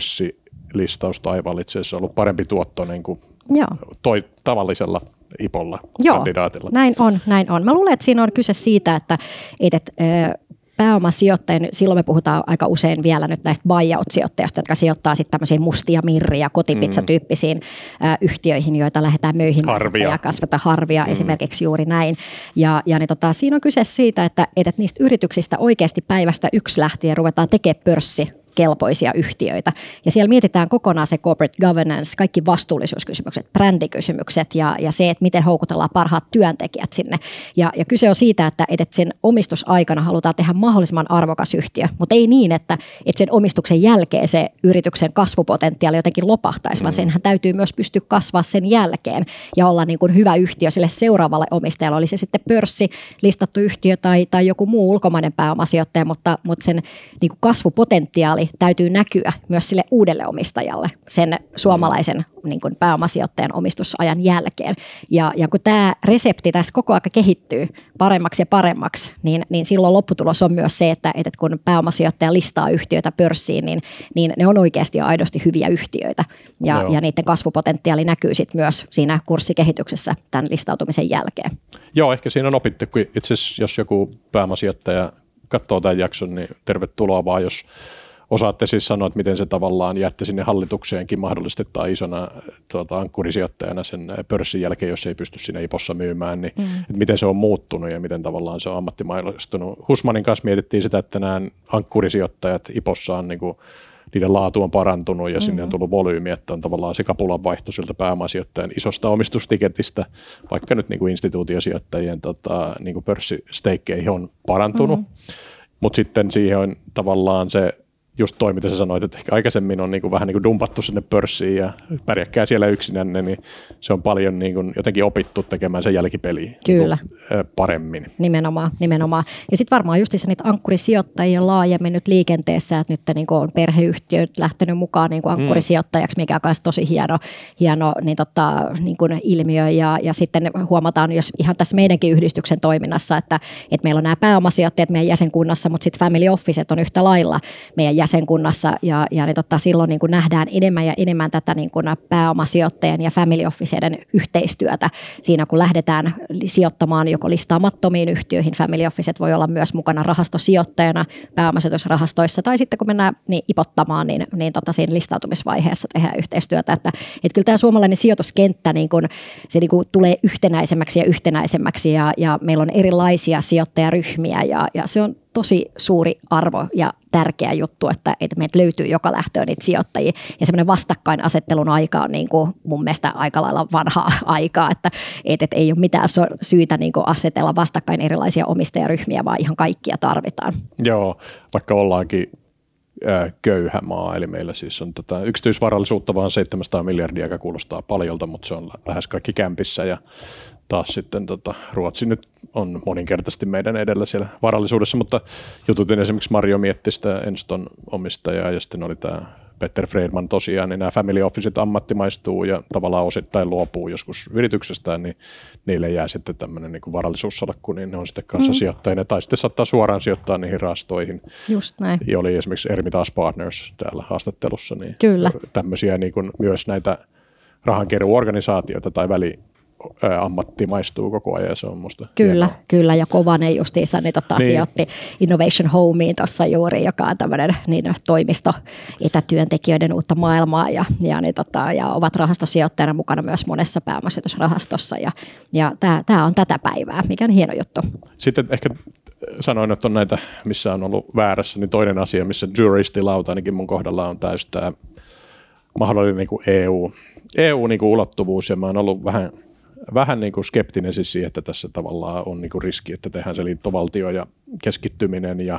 pörssilistaustaivalla itse asiassa on ollut parempi tuotto niin kuin toi tavallisella ipolla, Joo, kandidaatilla. Näin on, näin on. Mä luulen, että siinä on kyse siitä, että, että pääomasijoittajien, silloin me puhutaan aika usein vielä nyt näistä buyout-sijoittajista, jotka sijoittaa sitten tämmöisiin mustia mirriä, kotipizza-tyyppisiin mm. ä, yhtiöihin, joita lähdetään möihimään ja kasvata harvia, mm. esimerkiksi juuri näin. Ja, ja niin tota, siinä on kyse siitä, että, että niistä yrityksistä oikeasti päivästä yksi lähtien ruvetaan tekemään pörssi kelpoisia yhtiöitä. Ja siellä mietitään kokonaan se corporate governance, kaikki vastuullisuuskysymykset, brändikysymykset ja, ja se, että miten houkutellaan parhaat työntekijät sinne. Ja, ja kyse on siitä, että, että sen omistusaikana halutaan tehdä mahdollisimman arvokas yhtiö, mutta ei niin, että, että sen omistuksen jälkeen se yrityksen kasvupotentiaali jotenkin lopahtaisi, vaan senhän täytyy myös pystyä kasvaa sen jälkeen ja olla niin kuin hyvä yhtiö sille seuraavalle omistajalle, oli se sitten pörssi, listattu yhtiö tai, tai joku muu ulkomainen pääomasijoittaja, mutta, mutta sen niin kuin kasvupotentiaali täytyy näkyä myös sille uudelle omistajalle sen suomalaisen niin kuin pääomasijoittajan omistusajan jälkeen. Ja, ja kun tämä resepti tässä koko ajan kehittyy paremmaksi ja paremmaksi, niin, niin silloin lopputulos on myös se, että, että kun pääomasijoittaja listaa yhtiöitä pörssiin, niin, niin ne on oikeasti ja aidosti hyviä yhtiöitä. Ja, ja niiden kasvupotentiaali näkyy sitten myös siinä kurssikehityksessä tämän listautumisen jälkeen. Joo, ehkä siinä on opittu, kun itse asiassa jos joku pääomasijoittaja katsoo tämän jakson, niin tervetuloa vaan, jos osaatte siis sanoa, että miten se tavallaan jätti sinne hallitukseenkin mahdollistetaan isona tuota, ankkurisijoittajana sen pörssin jälkeen, jos ei pysty siinä ipossa myymään, niin mm. että miten se on muuttunut ja miten tavallaan se on ammattimaistunut. Husmanin kanssa mietittiin sitä, että nämä ankkurisijoittajat ipossa on niin kuin, niiden laatu on parantunut ja mm. sinne on tullut volyymi, että on tavallaan se kapulanvaihto siltä pääomasijoittajan isosta omistustiketistä, vaikka nyt niin kuin instituutiosijoittajien tota, niin kuin pörssisteikkeihin on parantunut, mm. mutta sitten siihen on tavallaan se just toi, mitä sä sanoit, että ehkä aikaisemmin on niinku vähän niinku dumpattu sinne pörssiin ja pärjäkkää siellä yksinänne, niin se on paljon niinku jotenkin opittu tekemään sen jälkipeliä Kyllä. Niinku paremmin. Nimenomaan, nimenomaan. Ja sitten varmaan just niitä ankkurisijoittajia on laajemmin nyt liikenteessä, että nyt niinku on perheyhtiöt lähtenyt mukaan niinku ankkurisijoittajaksi, mikä on myös tosi hieno, hieno niin tota, niinku ilmiö. Ja, ja sitten huomataan, jos ihan tässä meidänkin yhdistyksen toiminnassa, että, että meillä on nämä pääomasijoittajat meidän jäsenkunnassa, mutta sitten family officet on yhtä lailla meidän jäsenkunnassa ja, ja niin totta, silloin niin kuin nähdään enemmän ja enemmän tätä niin kuin pääomasijoittajien ja family officeiden yhteistyötä siinä, kun lähdetään sijoittamaan joko listaamattomiin yhtiöihin. Family officet voi olla myös mukana rahastosijoittajana pääomasijoitusrahastoissa tai sitten kun mennään niin ipottamaan, niin, niin tota, siinä listautumisvaiheessa tehdään yhteistyötä. Että, että kyllä tämä suomalainen sijoituskenttä niin kuin, se niin kuin tulee yhtenäisemmäksi ja yhtenäisemmäksi ja, ja meillä on erilaisia sijoittajaryhmiä ja, ja se on tosi suuri arvo ja tärkeä juttu, että, että meiltä löytyy joka lähtöön niitä sijoittajia. Ja semmoinen vastakkainasettelun aika on niin kuin mun mielestä aika lailla vanhaa aikaa, että, että ei ole mitään syytä niin kuin asetella vastakkain erilaisia omistajaryhmiä, vaan ihan kaikkia tarvitaan. Joo, vaikka ollaankin äh, köyhä maa, eli meillä siis on tätä yksityisvarallisuutta vaan seitsemänsataa miljardia, joka kuulostaa paljolta, mutta se on lähes kaikki kämpissä ja taas sitten tota, Ruotsi nyt on moninkertaisesti meidän edellä siellä varallisuudessa, mutta jututin esimerkiksi Mario mietti sitä Enston omistajaa ja sitten oli tämä Peter Fredman tosiaan, niin nämä family officet ammattimaistuu ja tavallaan osittain luopuu joskus yrityksestään, niin niille jää sitten tämmöinen niin kuin varallisuussalkku, niin ne on sitten kanssa mm. sijoittajina tai sitten saattaa suoraan sijoittaa niihin rahastoihin. Just näin. Ja oli esimerkiksi Hermitage Partners täällä haastattelussa, niin Kyllä. tämmöisiä niin kuin myös näitä rahankeruuorganisaatioita tai väli ammattimaistuu koko ajan ja se on musta Kyllä, hienoa. Kyllä ja Kovanen justiinsa niin tota, niin. sijoitti Innovation Homeen tuossa juuri, joka on tämmöinen niin, toimisto etätyöntekijöiden uutta maailmaa ja, ja, niin, tota, ja ovat rahastosijoittajana mukana myös monessa pääomasijoitusrahastossa ja, ja tämä on tätä päivää, mikä on hieno juttu. Sitten ehkä sanoin, että on näitä, missä on ollut väärässä, niin toinen asia, missä jury still out ainakin mun kohdalla on täys tämä mahdollinen niin kuin E U, E U-ulottuvuus ja mä oon ollut vähän Vähän niin kuin skeptinen siis siihen, että tässä tavallaan on niin kuin riski, että tehdään se liittovaltio ja keskittyminen ja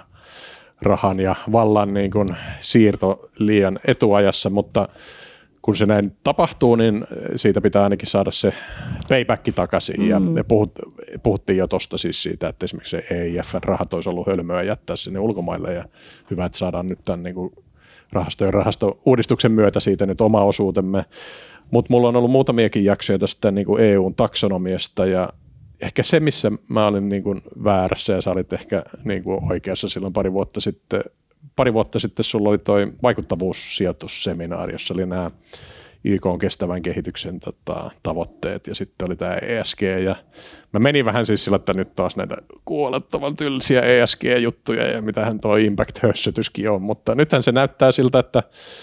rahan ja vallan niin kuin siirto liian etuajassa, mutta kun se näin tapahtuu, niin siitä pitää ainakin saada se payback takaisin. Mm. Ja me puhut, puhuttiin jo tuosta siis siitä, että esimerkiksi se E I F-rahat olisi ollut hölmöä jättää sinne ulkomaille ja hyvä, että saadaan nyt tämän niin kuin rahastojen rahasto-uudistuksen myötä siitä nyt oma osuutemme. Mutta mulla on ollut muutamiakin jaksoja tästä niin kuin E U:n taksonomiasta ja ehkä se, missä mä olin niin kuin väärässä ja sä olit ehkä niin kuin oikeassa silloin pari vuotta sitten, pari vuotta sitten sulla oli toi vaikuttavuussijoitusseminaari, jossa oli nämä Y K:n kestävän kehityksen tota, tavoitteet ja sitten oli tämä E S G ja mä menin vähän siis sillä, että nyt taas näitä kuolettavan tylsiä E S G-juttuja ja mitähän tuo impact-hössötyskin on, mutta nythän se näyttää siltä, että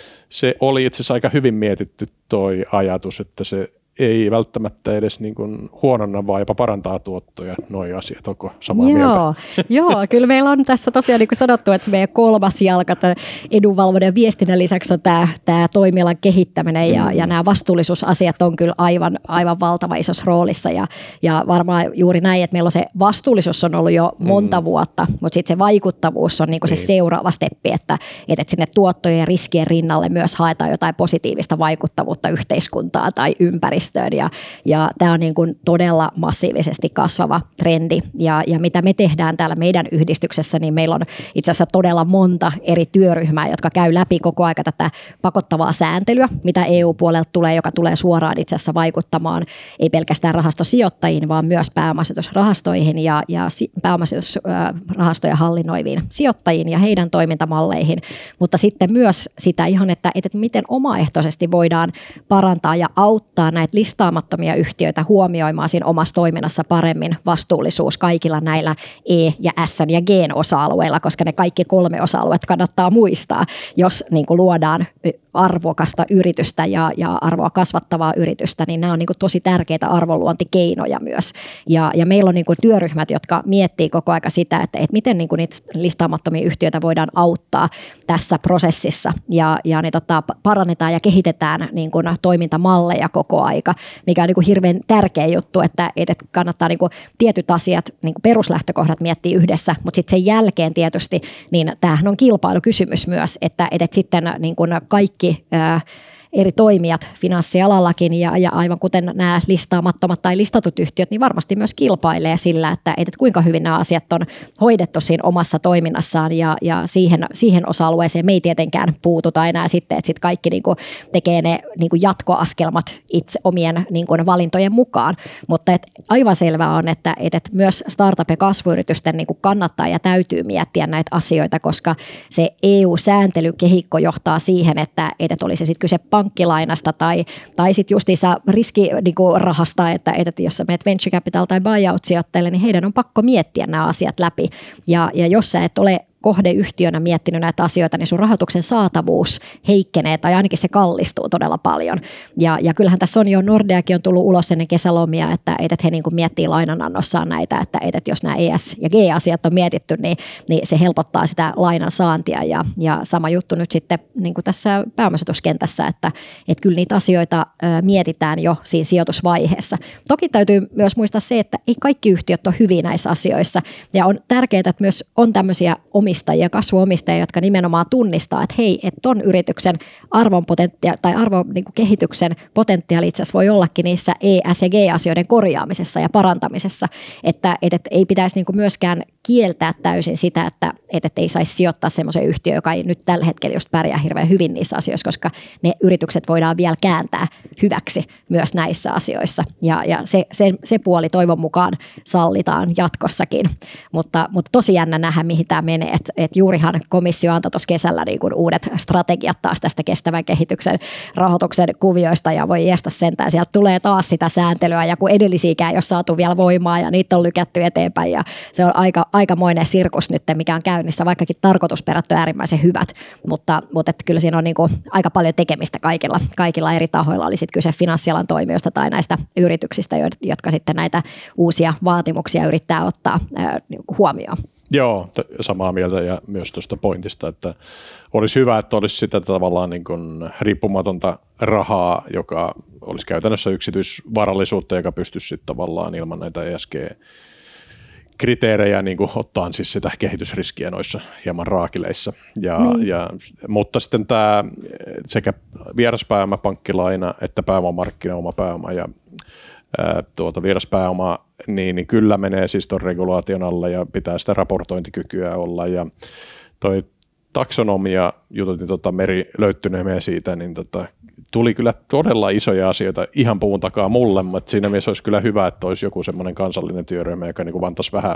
se oli itse asiassa aika hyvin mietitty toi ajatus, että se ei välttämättä edes niin kuin huononna, vaan jopa parantaa tuottoja, noi asiat, onko samaa Joo, mieltä? joo, kyllä meillä on tässä tosiaan niin kuin sanottu, että se meidän kolmas jalka edunvalvonnan ja viestinnän lisäksi on tämä, tämä toimialan kehittäminen ja, mm. ja nämä vastuullisuusasiat on kyllä aivan, aivan valtava isossa roolissa ja, ja varmaan juuri näin, että meillä on se vastuullisuus on ollut jo monta mm. vuotta, mutta sitten se vaikuttavuus on niin kuin niin. se seuraava steppi, että, että sinne tuottojen ja riskien rinnalle myös haetaan jotain positiivista vaikuttavuutta yhteiskuntaa tai ympäristöä. Ja, ja tämä on niin kuin todella massiivisesti kasvava trendi. Ja, ja mitä me tehdään täällä meidän yhdistyksessä, niin meillä on itse asiassa todella monta eri työryhmää, jotka käy läpi koko aika tätä pakottavaa sääntelyä, mitä E U-puolelta tulee, joka tulee suoraan itse asiassa vaikuttamaan ei pelkästään rahastosijoittajiin, vaan myös pääomasijoitusrahastoihin ja, ja pääomasijoitusrahastoja hallinnoiviin sijoittajiin ja heidän toimintamalleihin, mutta sitten myös sitä ihan, että, että miten omaehtoisesti voidaan parantaa ja auttaa näitä listaamattomia yhtiöitä huomioimaan siinä omassa toiminnassa paremmin vastuullisuus kaikilla näillä E- ja S- ja G-osa-alueilla, koska ne kaikki kolme osa-alueet kannattaa muistaa, jos niin kuin luodaan arvokasta yritystä ja, ja arvoa kasvattavaa yritystä, niin nämä on niin kuin tosi tärkeitä arvonluontikeinoja myös. Ja, ja meillä on niin kuin työryhmät, jotka miettii koko aika sitä, että, että miten niin kuin niitä listaamattomia yhtiöitä voidaan auttaa tässä prosessissa ja, ja ne tota, parannetaan ja kehitetään niin kuin toimintamalleja koko aika, mikä on niin kuin hirveän tärkeä juttu, että, että kannattaa niin kuin tietyt asiat, niin kuin peruslähtökohdat miettiä yhdessä, mutta sitten sen jälkeen tietysti, niin tämähän on kilpailukysymys myös, että, että sitten niin kuin kaikki ää, eri toimijat finanssialallakin ja, ja aivan kuten nämä listaamattomat tai listatut yhtiöt, niin varmasti myös kilpailee sillä, että, että kuinka hyvin nämä asiat on hoidettu siinä omassa toiminnassaan ja, ja siihen, siihen osa-alueeseen me ei tietenkään puututa enää sitten, että sitten kaikki niin kuin tekee ne niin kuin jatkoaskelmat itse omien niin kuin valintojen mukaan, mutta et aivan selvää on, että, että myös startup- ja kasvuyritysten niin kuin kannattaa ja täytyy miettiä näitä asioita, koska se E U-sääntelykehikko johtaa siihen, että, että olisi sitten kyse pankkilainasta tai, tai sitten justiinsa riskirahasta, että, että jos sä menet venture capital tai buyout-sijoittajille, niin heidän on pakko miettiä nämä asiat läpi. Ja, ja jos sä et ole kohdeyhtiönä miettinyt näitä asioita, niin sun rahoituksen saatavuus heikkenee tai ainakin se kallistuu todella paljon. Ja, ja kyllähän tässä on jo, Nordeakin on tullut ulos ennen kesälomia, että, että he niin kuin miettii lainanannossaan näitä, että, että jos nämä E S- ja G-asiat on mietitty, niin, niin se helpottaa sitä lainan saantia. Ja, ja sama juttu nyt sitten niin kuin tässä pääomasijoituskentässä, että, että kyllä niitä asioita mietitään jo siinä sijoitusvaiheessa. Toki täytyy myös muistaa se, että ei kaikki yhtiöt ole hyviä näissä asioissa. Ja on tärkeää, että myös on tämmöisiä omistajia, kasvuomistajia, jotka nimenomaan tunnistaa, että hei, että ton yrityksen arvon potentiaali tai arvon niin kuin kehityksen potentiaali itse asiassa voi ollakin niissä E S- ja G-asioiden korjaamisessa ja parantamisessa, että, että ei pitäisi niin kuin myöskään kieltää täysin sitä, että, että ei saisi sijoittaa semmoisen yhtiön, joka ei nyt tällä hetkellä just pärjää hirveän hyvin niissä asioissa, koska ne yritykset voidaan vielä kääntää hyväksi myös näissä asioissa. Ja, ja se, se, se puoli toivon mukaan sallitaan jatkossakin, mutta, mutta tosi jännä nähdä, mihin tämä menee. Et, et juurihan komissio antoi tuossa kesällä niin kuin uudet strategiat taas tästä kestävän kehityksen rahoituksen kuvioista ja voi jästä sentään. Sieltä tulee taas sitä sääntelyä ja kun edellisiäkään ei ole saatu vielä voimaa ja niitä on lykätty eteenpäin ja se on aika, aikamoinen sirkus nyt, mikä on käynnissä, vaikkakin tarkoitusperät on äärimmäisen hyvät, mutta, mutta että kyllä siinä on niin kuin aika paljon tekemistä kaikilla, kaikilla eri tahoilla, oli sitten kyse finanssialan toimijoista tai näistä yrityksistä, jotka sitten näitä uusia vaatimuksia yrittää ottaa ää, huomioon. Joo, samaa mieltä ja myös tuosta pointista, että olisi hyvä, että olisi sitä tavallaan niin kuin riippumatonta rahaa, joka olisi käytännössä yksityisvarallisuutta, joka pystyisi sitten tavallaan ilman näitä E S G-kriteerejä niin kuin ottaa siis sitä kehitysriskiä noissa hieman raakileissa. Ja, mm. ja, mutta sitten tämä sekä vieraspääoma, pankkilaina että pääomamarkkina, oma pääoma ja ää, tuota, vieraspääoma, niin, niin kyllä menee siis tuon regulaation alle ja pitää sitä raportointikykyä olla. Ja toi taksonomia jutut, niin tota Meri Löyttyneemeen siitä, niin tota, tuli kyllä todella isoja asioita ihan puun takaa mulle, mutta siinä mielessä olisi kyllä hyvä, että olisi joku semmoinen kansallinen työryhmä, joka niin kuin antaisi vähän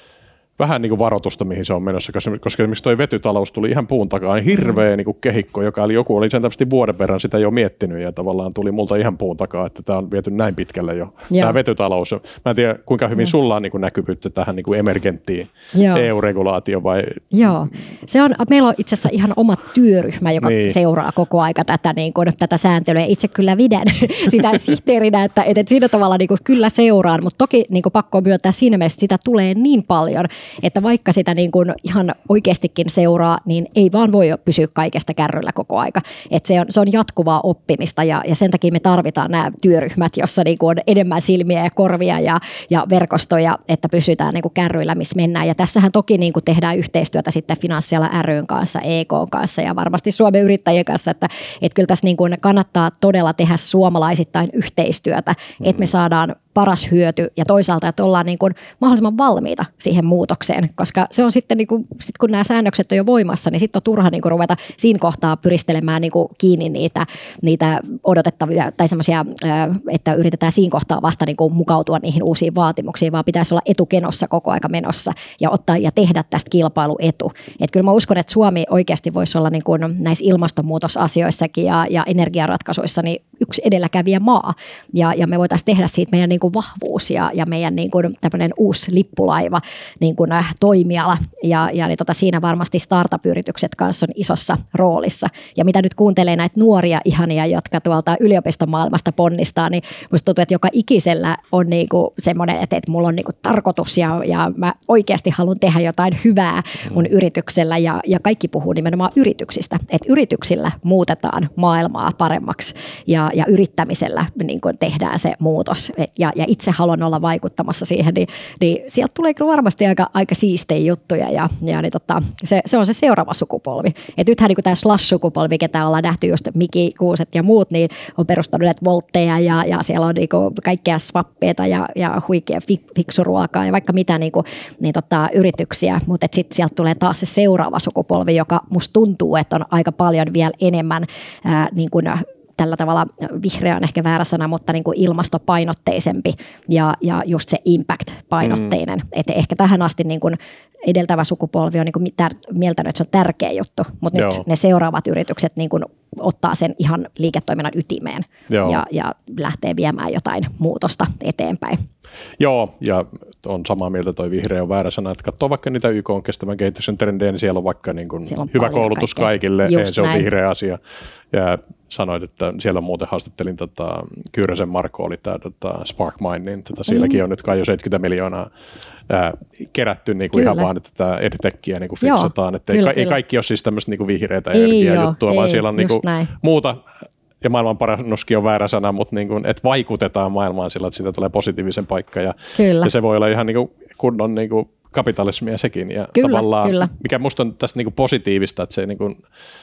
vähän niin kuin varoitusta, mihin se on menossa, koska esimerkiksi tuo vetytalous tuli ihan puun takaa, niin hirveä niin kuin kehikko, joka oli joku oli sen tämmöisesti vuoden verran sitä jo miettinyt, ja tavallaan tuli multa ihan puun takaa, että tämä on viety näin pitkälle jo, Joo. tämä vetytalous. Mä en tiedä, kuinka hyvin Joo. sulla on niin kuin näkyvyyttä tähän niin kuin emergenttiin Joo. E U-regulaatioon vai? Joo, se on, meillä on itse asiassa ihan oma työryhmä, joka niin. seuraa koko aika tätä, niin kuin, tätä sääntelyä. Itse kyllä vidän sitä sihteerinä, että, että siinä tavalla niin kuin kyllä seuraan, mutta toki niin kuin pakko myöntää siinä mielessä, että sitä tulee niin paljon, että vaikka sitä niin kuin ihan oikeastikin seuraa, niin ei vaan voi pysyä kaikesta kärryllä koko aika. Että se on, se on jatkuvaa oppimista ja, ja sen takia me tarvitaan nämä työryhmät, jossa niin kuin on enemmän silmiä ja korvia ja, ja verkostoja, että pysytään niin kuin kärryillä, missä mennään. Ja tässähän toki niin kuin tehdään yhteistyötä sitten Finanssiala ry:n kanssa, E K:n kanssa ja varmasti Suomen yrittäjien kanssa, että, että kyllä tässä niin kuin kannattaa todella tehdä suomalaisittain yhteistyötä, mm-hmm. että me saadaan paras hyöty ja toisaalta, että ollaan niin kuin mahdollisimman valmiita siihen muutokseen, koska se on sitten, niin kuin, sit kun nämä säännökset on jo voimassa, niin sitten on turha niin kuin ruveta siinä kohtaa pyristelemään niin kuin kiinni niitä, niitä odotettavia tai semmoisia, että yritetään siinä kohtaa vasta niin kuin mukautua niihin uusiin vaatimuksiin, vaan pitäisi olla etukenossa koko aika menossa ja ottaa ja tehdä tästä kilpailuetu. Että kyllä mä uskon, että Suomi oikeasti voisi olla niin kuin näissä ilmastonmuutosasioissakin ja, ja energiaratkaisuissa niin yksi edelläkävijä maa ja, ja me voitaisiin tehdä siitä meidän niin kuin vahvuus ja, ja meidän niin kuin tämmöinen uusi lippulaiva niin kuin toimiala ja, ja niin tota, siinä varmasti startup-yritykset kanssa on isossa roolissa ja mitä nyt kuuntelee näitä nuoria ihania, jotka tuolta yliopiston maailmasta ponnistaa, niin musta tuntuu, että joka ikisellä on niin kuin semmoinen, että, että mulla on niin kuin tarkoitus ja, ja mä oikeasti haluan tehdä jotain hyvää mun mm. yrityksellä ja, ja kaikki puhuu nimenomaan yrityksistä, että yrityksillä muutetaan maailmaa paremmaksi ja, ja yrittämisellä niin kuin tehdään se muutos ja, ja itse haluan olla vaikuttamassa siihen, niin, niin sieltä tulee kyllä varmasti aika, aika siistejä juttuja ja, ja niin tota, se, se on se seuraava sukupolvi. Et nythän niin tämä Slash-sukupolvi, ketä ollaan nähty just Miki Kuuset ja muut, niin on perustanut näitä voltteja ja, ja siellä on niin kuin kaikkea swappeita ja, ja huikea fiksuruokaa ja vaikka mitä niin kuin, niin tota, yrityksiä, mutta sitten sieltä tulee taas se seuraava sukupolvi, joka musta tuntuu, että on aika paljon vielä enemmän ää, niin kuin tällä tavalla, vihreä on ehkä väärä sana, mutta niin kuin ilmastopainotteisempi ja, ja just se impact-painotteinen. Mm. Että ehkä tähän asti niin kuin edeltävä sukupolvi on niin kuin mieltänyt, että se on tärkeä juttu, mutta Joo. nyt ne seuraavat yritykset niin kuin ottaa sen ihan liiketoiminnan ytimeen ja, ja lähtee viemään jotain muutosta eteenpäin. Joo, ja on samaa mieltä, toi vihreä on väärä sana, että katsoo vaikka niitä Y K:n kestävän kehityksen trendejä, niin siellä on vaikka niin kuin on hyvä koulutus kaikkea. Kaikille, ei, se on vihreä asia. Ja sanoit, että siellä muuten haastattelin, tota, Kyyrösen Marko oli tämä tota, Sparkmind, niin tota, sielläkin mm. on nyt kai jo seitsemänkymmentä miljoonaa ää, kerätty niin kuin ihan vaan, että tätä edtechiä niin kuin fiksataan. Että kyllä, ei, kyllä. ei kaikki ole siis tämmöistä niin kuin vihreätä energiajuttua, vaan siellä on niin kuin muuta. Ja maailmanparannuskin on väärä sana, mutta niin kuin, että vaikutetaan maailmaan sillä, että siitä tulee positiivisen paikka. Ja, ja se voi olla ihan niin kuin kunnon niin kuin kapitalismia sekin. Ja kyllä, tavallaan, kyllä. Mikä musta on tästä niin kuin positiivista, että se niin kuin,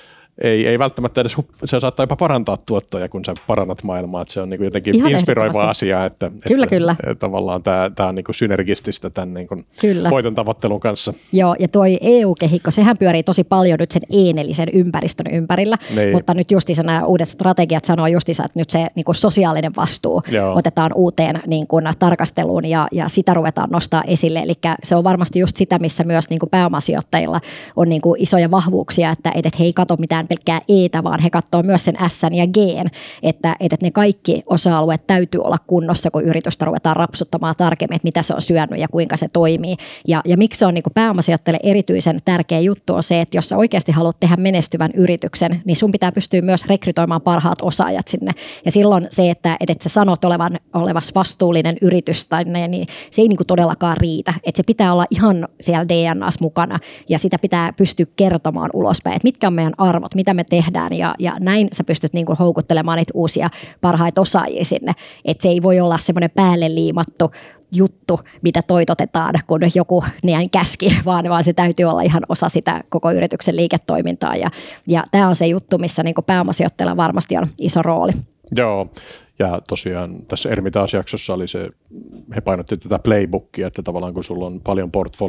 Ei, ei välttämättä edes, se saattaa jopa parantaa tuottoja, kun sä parannat maailmaa, että se on niin kuin jotenkin ihan inspiroiva asia, että, kyllä, että kyllä. tavallaan tämä, tämä on niin kuin synergististä tämän niin kuin voiton tavoittelun kanssa. Joo, ja tuo E U-kehikko, sehän pyörii tosi paljon nyt sen E-nelisen ympäristön ympärillä, niin. Mutta nyt justiinsa nämä uudet strategiat sanoo justiinsa, että nyt se niin kuin sosiaalinen vastuu Joo. otetaan uuteen niin kuin tarkasteluun ja, ja sitä ruvetaan nostaa esille, eli se on varmasti just sitä, missä myös niin kuin pääomasijoittajilla on niin kuin isoja vahvuuksia, että, että he ei katso mitään pelkkää eetä, vaan he katsoo myös sen S ja G, että, että ne kaikki osa-alueet täytyy olla kunnossa, kun yritystä ruvetaan rapsuttamaan tarkemmin, että mitä se on syönyt ja kuinka se toimii. Ja, ja miksi se on niin kuin pääomasijoittajille erityisen tärkeä juttu on se, että jos sä oikeasti haluat tehdä menestyvän yrityksen, niin sun pitää pystyä myös rekrytoimaan parhaat osaajat sinne. Ja silloin se, että, että sä sanot olevan, olevas vastuullinen yritys, tai ne, niin se ei niin kuin todellakaan riitä. Että se pitää olla ihan siellä D N A:ssa mukana ja sitä pitää pystyä kertomaan ulospäin, että mitkä on meidän arvot, mitä me tehdään ja, ja näin sä pystyt niin kuin houkuttelemaan niitä uusia parhaita osaajia sinne. Että se ei voi olla semmoinen päälle liimattu juttu, mitä toitotetaan, kun joku niin käski, vaan, vaan se täytyy olla ihan osa sitä koko yrityksen liiketoimintaa. Ja, ja tämä on se juttu, missä niin kuin pääomasijoittajalla varmasti on iso rooli. Joo, ja tosiaan tässä Ermitage-jaksossa oli se, he painotti tätä playbookia, että tavallaan kun sulla on paljon portfolio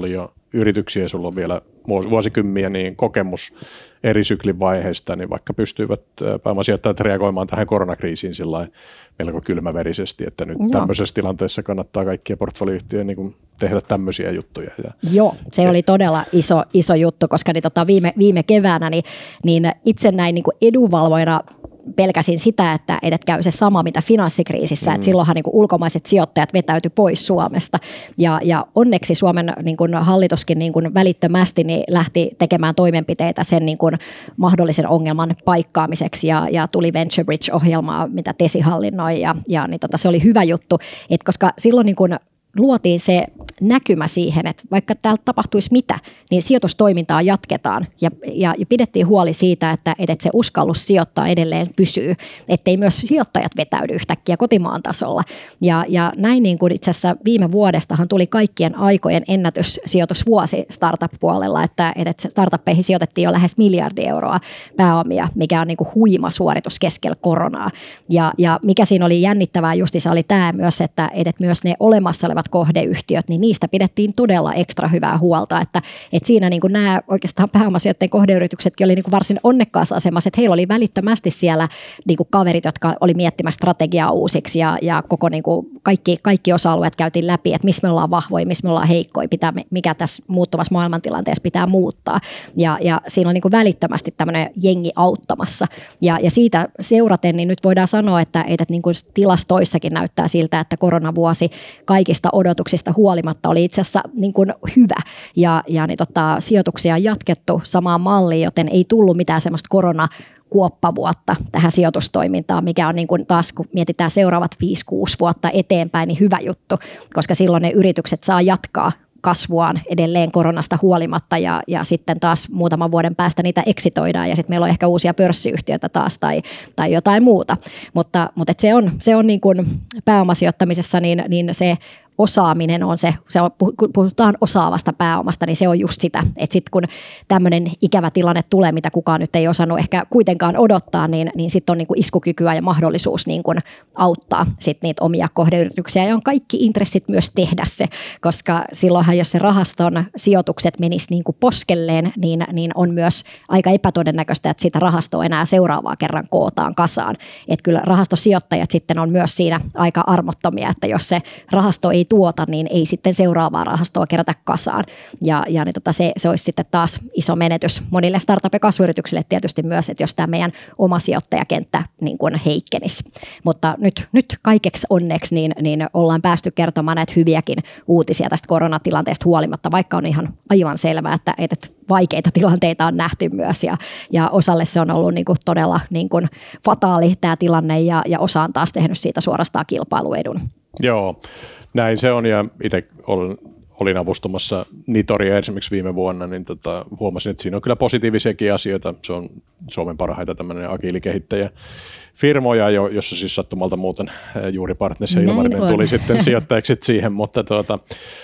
yrityksiä ja sulla on vielä vuosikymmiä niin kokemus eri syklin vaiheista, niin vaikka pystyivät pääomasijoittajat reagoimaan tähän koronakriisiin sillä melko kylmäverisesti, että nyt Joo. tämmöisessä tilanteessa kannattaa kaikkia portfolioyhtiöitä niin kuin tehdä tämmöisiä juttuja. Ja Joo, se et, oli todella iso, iso juttu, koska niin, tota, viime, viime keväänä niin, niin itse näin niin kuin edunvalvojana pelkäsin sitä, että et käy se sama mitä finanssikriisissä, mm. että silloinhan niin kuin ulkomaiset sijoittajat vetäytyi pois Suomesta ja, ja onneksi Suomen niin kuin hallituskin niin kuin välittömästi niin lähti tekemään toimenpiteitä sen niin kuin mahdollisen ongelman paikkaamiseksi ja, ja tuli Venture Bridge-ohjelmaa, mitä Tesi hallinnoi ja, ja niin tota, se oli hyvä juttu, että koska silloin niin kuin luotiin se näkymä siihen, että vaikka täällä tapahtuisi mitä, niin sijoitustoimintaa jatketaan ja, ja, ja pidettiin huoli siitä, että, että se uskallus sijoittaa edelleen pysyy, ettei myös sijoittajat vetäydy yhtäkkiä kotimaan tasolla. Ja, ja näin niin kuin itse asiassa viime vuodestahan tuli kaikkien aikojen ennätyssijoitusvuosi startup-puolella, että, että startuppeihin sijoitettiin jo lähes miljardi euroa pääomia, mikä on niin kuin huima suoritus keskellä koronaa. Ja, ja mikä siinä oli jännittävää justissa oli tämä myös, että, että myös ne olemassa olevat kohdeyhtiöt, niin niistä pidettiin todella ekstra hyvää huolta, että, että siinä niin kuin nämä oikeastaan pääomasijoittajien kohdeyrityksetkin oli niin kuin varsin onnekkaassa asemassa, että heillä oli välittömästi siellä niin kuin kaverit, jotka oli miettimässä strategiaa uusiksi ja, ja koko niin kuin kaikki, kaikki osa-alueet käytiin läpi, että missä me ollaan vahvoja, missä me ollaan heikkoja, pitää, mikä tässä muuttuvassa maailmantilanteessa pitää muuttaa ja, ja siinä on niin kuin välittömästi tämmöinen jengi auttamassa ja, ja siitä seuraten niin nyt voidaan sanoa, että, että niin kuin tilastoissakin näyttää siltä, että koronavuosi kaikista odotuksista huolimatta oli itse asiassa niin kuin hyvä ja, ja niin tota, sijoituksia on jatkettu samaan malliin, joten ei tullut mitään semmoista koronakuoppavuotta tähän sijoitustoimintaan, mikä on niin kuin taas kun mietitään seuraavat viisi kuusi vuotta eteenpäin, niin hyvä juttu, koska silloin ne yritykset saa jatkaa kasvuaan edelleen koronasta huolimatta ja, ja sitten taas muutaman vuoden päästä niitä eksitoidaan ja sitten meillä on ehkä uusia pörssiyhtiöitä taas tai, tai jotain muuta, mutta, mutta se on, se on niin kuin pääomasijoittamisessa niin, niin se osaaminen on se, se on, kun puhutaan osaavasta pääomasta, niin se on just sitä, että sitten kun tämmöinen ikävä tilanne tulee, mitä kukaan nyt ei osannut ehkä kuitenkaan odottaa, niin, niin sitten on niin kuin iskukykyä ja mahdollisuus niin kuin auttaa sit niitä omia kohdeyrityksiä ja on kaikki intressit myös tehdä se, koska silloinhan jos se rahaston sijoitukset menis niin kuin poskelleen, niin, niin on myös aika epätodennäköistä, että sitä rahastoa enää seuraavaa kerran kootaan kasaan. Että kyllä rahastosijoittajat sitten on myös siinä aika armottomia, että jos se rahasto ei tuota, niin ei sitten seuraavaa rahastoa kerätä kasaan. Ja, ja niin tota se, se olisi sitten taas iso menetys monille startup- ja kasvuyrityksille tietysti myös, että jos tämä meidän oma sijoittajakenttä niin kuin heikkenisi. Mutta nyt, nyt kaikeksi onneksi niin, niin ollaan päästy kertomaan näitä hyviäkin uutisia tästä koronatilanteesta huolimatta, vaikka on ihan aivan selvää, että, että vaikeita tilanteita on nähty myös ja, ja osalle se on ollut niin kuin todella niin kuin fataali tämä tilanne ja, ja osa on taas tehnyt siitä suorastaan kilpailuedun. Joo. Näin se on ja itse olin, olin avustamassa Nitoria esimerkiksi viime vuonna, niin tota, huomasin, että siinä on kyllä positiivisiakin asioita. Se on Suomen parhaita tämmöinen agiilikehittäjä firmoja, jossa siis sattumalta muuten juuri Partners ja Ilmarinen tuli sitten sijoittajaksi siihen, mutta tuota,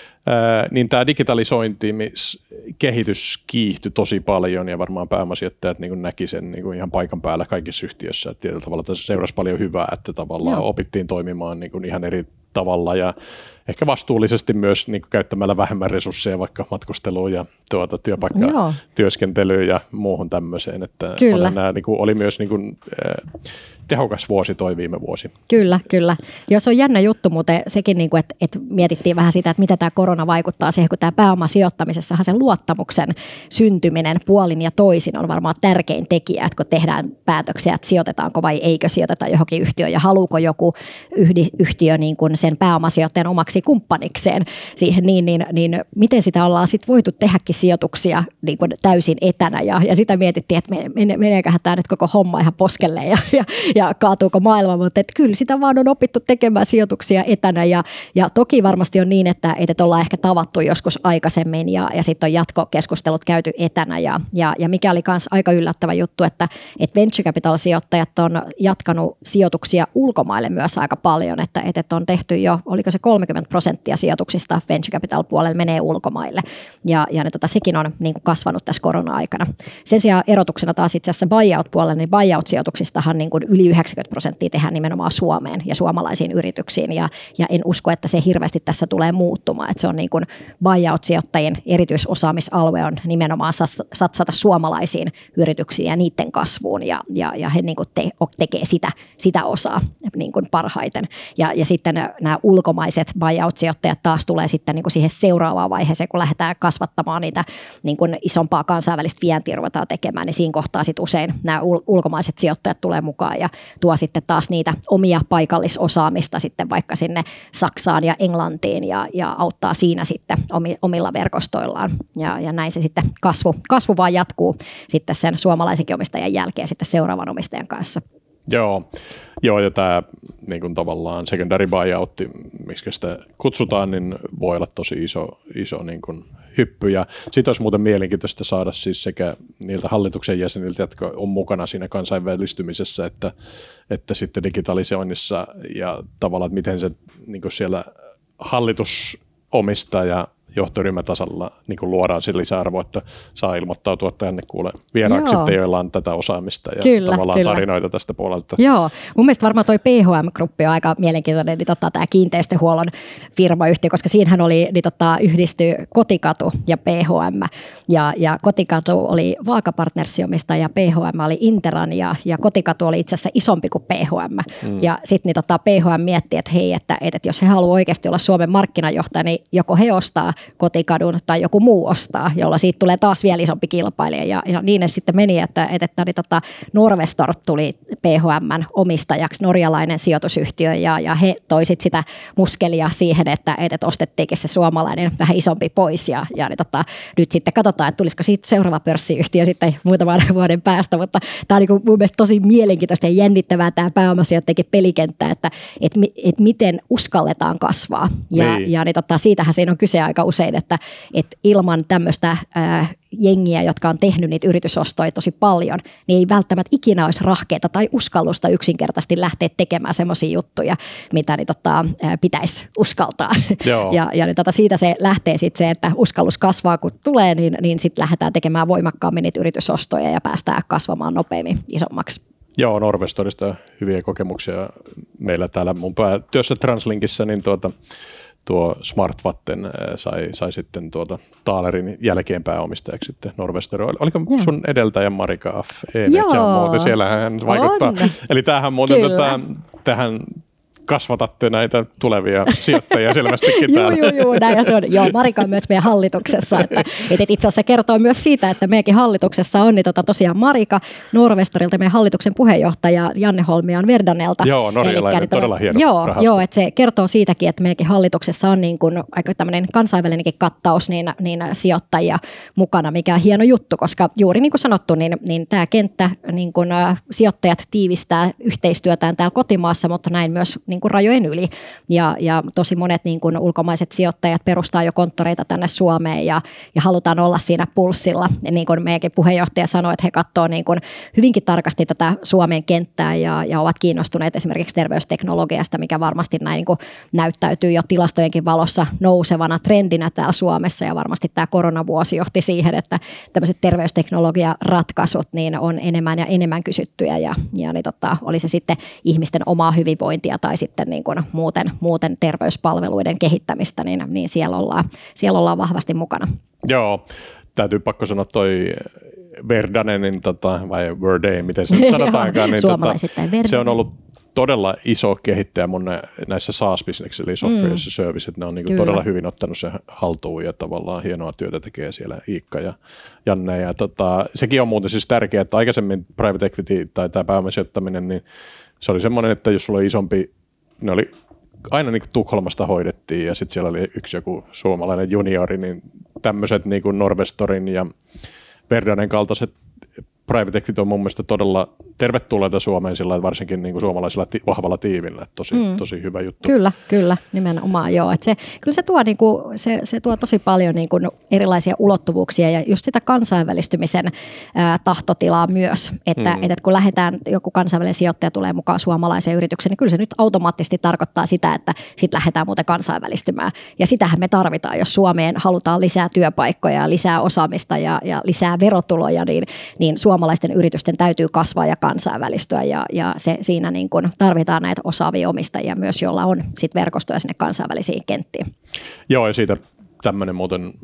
ää, niin tämä digitalisointikehitys kiihtyi tosi paljon ja varmaan pääomasijoittajat niin näki sen niin ihan paikan päällä kaikissa yhtiöissä, että tietyllä tavalla tässä seurasi paljon hyvää, että tavallaan Joo. opittiin toimimaan niin ihan eri tavalla ja ehkä vastuullisesti myös niin kuin käyttämällä vähemmän resursseja vaikka matkusteluun ja tuota, työpaikkatyöskentelyyn ja muuhun tämmöiseen. Että kyllä. Nämä, niin kuin, oli myös niin kuin, äh, tehokas vuosi toi viime vuosi. Kyllä, kyllä. Ja se on jännä juttu, mutta sekin, niin kuin, että, että mietittiin vähän sitä, että mitä tämä korona vaikuttaa siihen, kun tämä pääomasijoittamisessahan sen luottamuksen syntyminen puolin ja toisin on varmaan tärkein tekijä, että kun tehdään päätöksiä, että sijoitetaanko vai eikö sijoiteta johonkin yhtiöön ja haluuko joku yhtiö niin kuin sen pääomasijoittajan omaksi kumppanikseen siihen, niin, niin, niin miten sitä ollaan sitten voitu tehdäkin sijoituksia niin kuin täysin etänä ja, ja sitä mietittiin, että meneeköhän tämä nyt koko homma ihan poskelleen ja, ja, ja kaatuuko maailma, mutta että kyllä sitä vaan on opittu tekemään sijoituksia etänä ja, ja toki varmasti on niin, että, että ollaan ehkä tavattu joskus aikaisemmin ja, ja sitten on jatkokeskustelut käyty etänä ja, ja, ja mikä oli myös aika yllättävä juttu, että, että venture capital-sijoittajat on jatkanut sijoituksia ulkomaille myös aika paljon, että, että on tehty jo, oliko se kolmekymmentä prosenttia sijoituksista venture capital puolella menee ulkomaille ja, ja ne, tota, sekin on niin kuin kasvanut tässä korona-aikana. Sen sijaan erotuksena taas itse asiassa buyout puolella, niin buyout-sijoituksistahan niin kuin yli yli yhdeksänkymmentä prosenttia tehdään nimenomaan Suomeen ja suomalaisiin yrityksiin, ja, ja en usko, että se hirveästi tässä tulee muuttumaan, että se on niin kuin buyout-sijoittajien erityisosaamisalue on nimenomaan satsata suomalaisiin yrityksiin ja niiden kasvuun, ja, ja, ja he niin kuin te, tekee sitä, sitä osaa niin kuin parhaiten. Ja, ja sitten nämä ulkomaiset buyout-sijoittajat taas tulee sitten niin kuin siihen seuraavaan vaiheeseen, kun lähdetään kasvattamaan niitä niin kuin isompaa kansainvälistä vientiä ruvetaan tekemään, niin siinä kohtaa sitten usein nämä ulkomaiset sijoittajat tulee mukaan ja tuo sitten taas niitä omia paikallisosaamista sitten vaikka sinne Saksaan ja Englantiin ja, ja auttaa siinä sitten omilla verkostoillaan. Ja, ja näin se sitten kasvu, kasvu vaan jatkuu sitten sen suomalaisenkin omistajan jälkeen sitten seuraavan omistajan kanssa. Joo, Joo ja tämä niin kuin tavallaan secondary buyout, miksi sitä kutsutaan, niin voi olla tosi iso, iso niin kuin hyppy. Ja sitten olisi muuten mielenkiintoista saada siis sekä niiltä hallituksen jäseniltä, jotka on mukana siinä kansainvälistymisessä, että, että sitten digitalisoinnissa ja tavallaan, että miten se niin kuin siellä hallitusomistaja johtoryhmätasolla niin kuin luodaan se lisäarvo, että saa ilmoittautua tänne kuule vieraaksi, sitten joilla on tätä osaamista ja kyllä, tavallaan kyllä. tarinoita tästä puolelta. Joo, mun mielestä varmaan toi P H M-gruppi on aika mielenkiintoinen, niin tota, tämä kiinteistöhuollon firmayhtiö, koska siinähän oli, niin tota, yhdistyi Kotikatu ja P H M, ja, ja Kotikatu oli Vaaka-partnersiomistaja ja P H M oli Interan, ja, ja Kotikatu oli itse asiassa isompi kuin P H M, mm. ja sitten niin tota, P H M mietti, että hei, että, että jos he haluaa oikeasti olla Suomen markkinajohtaja, niin joko he ostaa Kotikadun tai joku muu ostaa, jolla siitä tulee taas vielä isompi kilpailija. Ja, ja niin ne sitten meni, että, että, että niin, tota, Norvestor tuli P H M:n omistajaksi, norjalainen sijoitusyhtiö, ja, ja he toisit sitä muskelia siihen, että, että ostettiinkin se suomalainen vähän isompi pois. Ja, ja niin, tota, nyt sitten katsotaan, että tulisiko siitä seuraava pörssiyhtiö sitten muutaman vuoden päästä, mutta tämä on niin kuin mun mielestä tosi mielenkiintoista ja jännittävää tämä pääomasijoittajakin pelikenttä, että et, et miten uskalletaan kasvaa. Ja, niin. ja niin, tota, siitähän siinä on kyse aika usein, että, että ilman tämmöistä ää, jengiä, jotka on tehnyt niitä yritysostoja tosi paljon, niin ei välttämättä ikinä olisi rahkeita tai uskallusta yksinkertaisesti lähteä tekemään semmoisia juttuja, mitä niin, tota, pitäisi uskaltaa. ja ja niin, tota, siitä se lähtee sitten se, että uskallus kasvaa kun tulee, niin, niin sitten lähdetään tekemään voimakkaammin niitä yritysostoja ja päästään kasvamaan nopeammin isommaksi. Joo, Norvestorista hyviä kokemuksia meillä täällä mun työssä Translinkissa, niin tuota tuo SmartVatten sai, sai sitten tuota Taalerin jälkeen pääomistajaksi sitten Norvestor. Oliko Joo. sun edeltäjä Marika Af Joo, muuten, siellä hän vaikuttaa. On. Eli tämähän muuten tota, tähän kasvatatte näitä tulevia sijoittajia selvästikin täällä. Joo, joo, joo, näin se on. Joo, Marika on myös meidän hallituksessa. Että, että itse asiassa kertoo myös siitä, että meidänkin hallituksessa on niin tota, tosiaan Marika Norvestorilta, meidän hallituksen puheenjohtaja Janne Holmiaan Verdanelta. Joo, norjalainen, Elikkä, todella hieno Joo, joo, että se kertoo siitäkin, että meidänkin hallituksessa on niin kuin aika tämmöinen kansainvälinenkin kattaus niin, niin sijoittajia mukana, mikä on hieno juttu, koska juuri niin kuin sanottu, niin, niin tämä kenttä, niin kuin, uh, sijoittajat tiivistää yhteistyötään täällä kotimaassa, mutta näin myös niin kuin rajojen yli. Ja, ja tosi monet niin kuin ulkomaiset sijoittajat perustaa jo konttoreita tänne Suomeen ja, ja halutaan olla siinä pulssilla. Ja niin kuin meidänkin puheenjohtaja sanoi, että he katsoo niin kuin hyvinkin tarkasti tätä Suomen kenttää ja, ja ovat kiinnostuneet esimerkiksi terveysteknologiasta, mikä varmasti näin niin kuin näyttäytyy jo tilastojenkin valossa nousevana trendinä täällä Suomessa. Ja varmasti tämä koronavuosi johti siihen, että tämmöiset terveysteknologiaratkaisut niin on enemmän ja enemmän kysyttyjä ja, ja niin tota, oli se sitten ihmisten omaa hyvinvointia tai sitten niin kuin muuten, muuten terveyspalveluiden kehittämistä, niin, niin siellä, ollaan, siellä ollaan vahvasti mukana. Joo, täytyy pakko sanoa toi Verdanenin, tota, vai Verde, miten se nyt sanotaankaan, niin tota, se on ollut todella iso kehittäjä mun näissä SaaS-bisneksissä, eli software mm. as a service, että ne on niin todella hyvin ottanut se haltuun ja tavallaan hienoa työtä tekee siellä Iikka ja Janne. Ja tota, sekin on muuten siis tärkeää, että aikaisemmin private equity tai tämä pääomasijoittaminen, niin se oli semmoinen, että jos sulla oli isompi, ne oli aina niin kuin Tukholmasta hoidettiin ja sitten siellä oli yksi joku suomalainen juniori, niin tämmöiset niin kuin Norvestorin ja Verdanen kaltaiset private equity on mun mielestä todella tervetulleita Suomeen sillä varsinkin niin kuin suomalaisilla ti- vahvalla tiivillä. Tosi, mm. tosi hyvä juttu. Kyllä, kyllä, nimenomaan joo. Et se, kyllä se tuo, niin kuin, se, se tuo tosi paljon niin kuin erilaisia ulottuvuuksia ja just sitä kansainvälistymisen ää, tahtotilaa myös. Että mm. et, et kun lähdetään, joku kansainvälinen sijoittaja tulee mukaan suomalaiseen yritykseen, niin kyllä se nyt automaattisesti tarkoittaa sitä, että sitten lähdetään muuten kansainvälistymään. Ja sitähän me tarvitaan, jos Suomeen halutaan lisää työpaikkoja, lisää osaamista ja, ja lisää verotuloja, niin, niin suomalaisten yritysten täytyy kasvaa ja kansainvälistyä ja, ja se, siinä niin kuin tarvitaan näitä osaavia omistajia myös, joilla on sit verkostoja sinne kansainvälisiin kenttiin. Joo, ja siitä tämmöinen muuten